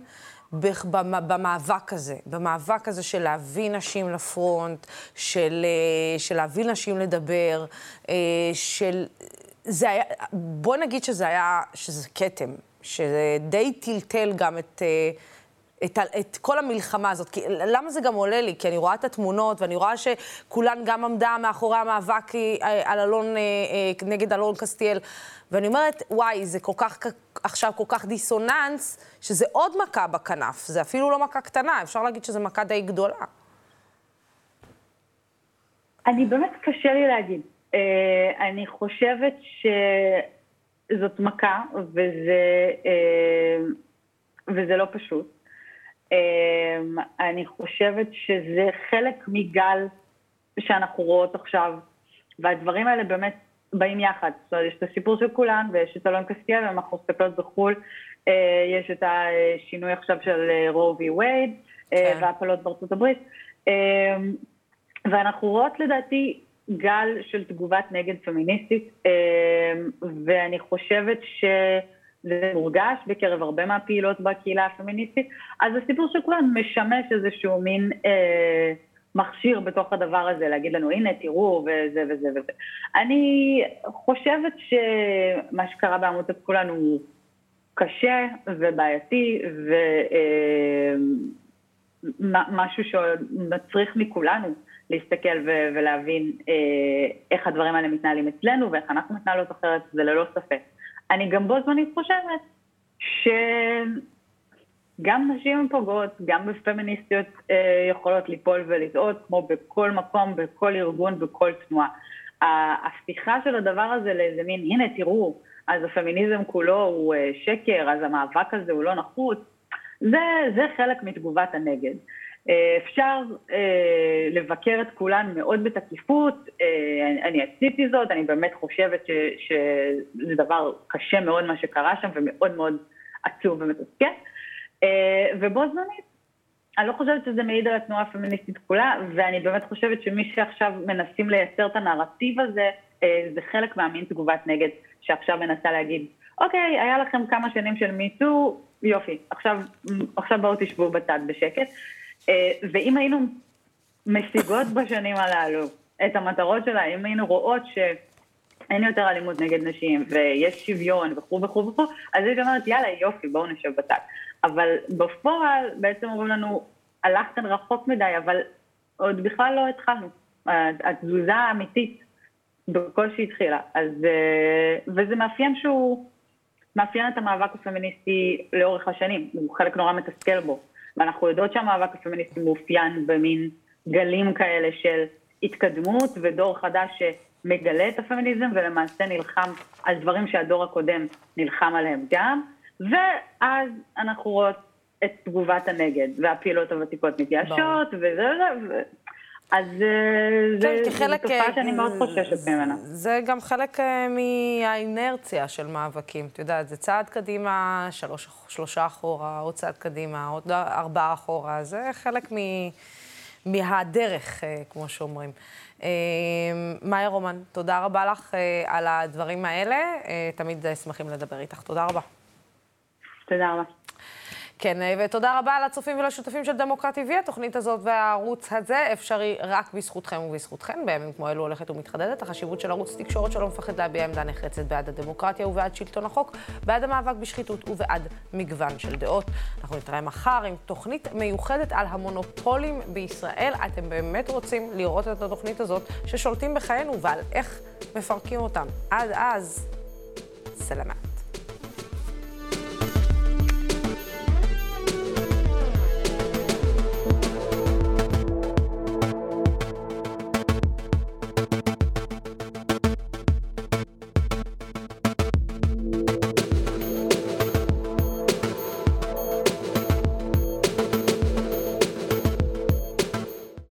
במאבק הזה, במאבק הזה של להביא נשים לפרונט, של, של להביא נשים לדבר, של... זה היה, בוא נגיד שזה היה, שזה קטם, שדי טלטל גם את, את, את כל המלחמה הזאת. כי, למה זה גם עולה לי? כי אני רואה את התמונות, ואני רואה שכולן גם עמדה מאחורי המאבק על אלון, נגד אלון קסטיאל, ואני אומרת, וואי, זה כל כך, עכשיו כל כך דיסוננס, שזה עוד מכה בכנף. זה אפילו לא מכה קטנה, אפשר להגיד שזה מכה די גדולה. אני באמת קשה לי להגיד. Uh, אני חושבת שזאת מכה, וזה, uh, וזה לא פשוט. Uh, אני חושבת שזה חלק מגל שאנחנו רואות עכשיו, והדברים האלה באמת באים יחד. זאת אומרת, יש את הסיפור של כולן, ויש את אלון קסטיאל, ואנחנו מסתכלות בחול. Uh, יש את השינוי עכשיו של רו וי וייד, uh, והפלות בארצות הברית. Uh, ואנחנו רואות לדעתי, גל של תגובת נגד פמיניסטית, ואני חושבת שזה מורגש בקרב הרבה מהפעילות בקהילה הפמיניסטית, אז הסיפור של כולן משמש איזשהו מין אה, מכשיר בתוך הדבר הזה, להגיד לנו, הנה, תראו, וזה וזה וזה. אני חושבת שמה שקרה בעמותת כולן הוא קשה ובעייתי, ומשהו שמצריך מכולנו, להסתכל ו- ולהבין אה, איך הדברים האלה מתנהלים אצלנו, ואיך אנחנו מתנהלות אחרת, זה ללא ספק. אני גם בו זמנית חושבת שגם נשים פוגעות, גם בפמיניסטיות אה, יכולות ליפול ולטעות, כמו בכל מקום, בכל ארגון, בכל תנועה. ההפיכה של הדבר הזה לאיזה מין, הנה תראו, אז הפמיניזם כולו הוא אה, שקר, אז המאבק הזה הוא לא נחוץ, זה, זה חלק מתגובת הנגד. אפשר לבקר את כולן מאוד בתקיפות, אני עשיתי זאת, אני באמת חושבת ש, שזה דבר קשה מאוד מה שקרה שם, ומאוד מאוד עצוב ומתסכל, ובו זמנית, אני לא חושבת שזה מעיד על התנועה הפמיניסטית כולה, ואני באמת חושבת שמי שעכשיו מנסים לייצר את הנרטיב הזה, זה חלק מהמין תגובת נגד, שעכשיו מנסה להגיד, אוקיי, היה לכם כמה שנים של מיטו, יופי, עכשיו, עכשיו בואו תשבו בצד בשקט, ואם היינו משיגות בשנים הללו את המטרות שלה, אם היינו רואות שאין יותר אלימות נגד נשים, ויש שוויון וכו' וכו' וכו', אז היא אומרת, יאללה, יופי, בואו נשב בצד. אבל בפועל בעצם אומרים לנו, הלכתן רחוק מדי, אבל עוד בכלל לא התחלנו. התזוזה האמיתית בכל שהתחילה. אז, וזה מאפיין שהוא, מאפיין את המאבק הפמיניסטי לאורך השנים. הוא חלק נורא מתסכל בו. ואנחנו יודעות שהמאבק הפמיניסטי מאופיין במין גלים כאלה של התקדמות ודור חדש שמגלה את הפמיניזם ולמעשה נלחם על דברים שהדור הקודם נלחם עליהם גם. ואז אנחנו רואות את תגובת הנגד, והפעילות הוותיקות מתייאשות, וזה, ו... אז זה תופעה שאני מאוד חוששת ממנה. זה גם חלק מהאינרציה של מאבקים, את יודעת, זה צעד קדימה, שלוש, שלושה אחורה, עוד צעד קדימה, עוד ארבעה אחורה, זה חלק מ... מהדרך, כמו שאומרים. מאיה רומן, תודה רבה לך על הדברים האלה, תמיד שמחים לדבר איתך, תודה רבה. תודה רבה. כן, ותודה רבה לצופים ולשותפים של דמוקרט טי וי. התוכנית הזאת והערוץ הזה אפשרי רק בזכותכם ובזכותכן. בימים כמו אלו הולכת ומתחדדת החשיבות של ערוץ תקשורת שלא מפחד להביע עמדה נחרצת בעד הדמוקרטיה ובעד שלטון החוק, בעד המאבק בשחיתות ובעד מגוון של דעות. אנחנו נתראה מחר עם תוכנית מיוחדת על המונופולים בישראל. אתם באמת רוצים לראות את התוכנית הזאת ששולטים בחיינו ועל איך מפרקים אותם. עד אז, סלמה.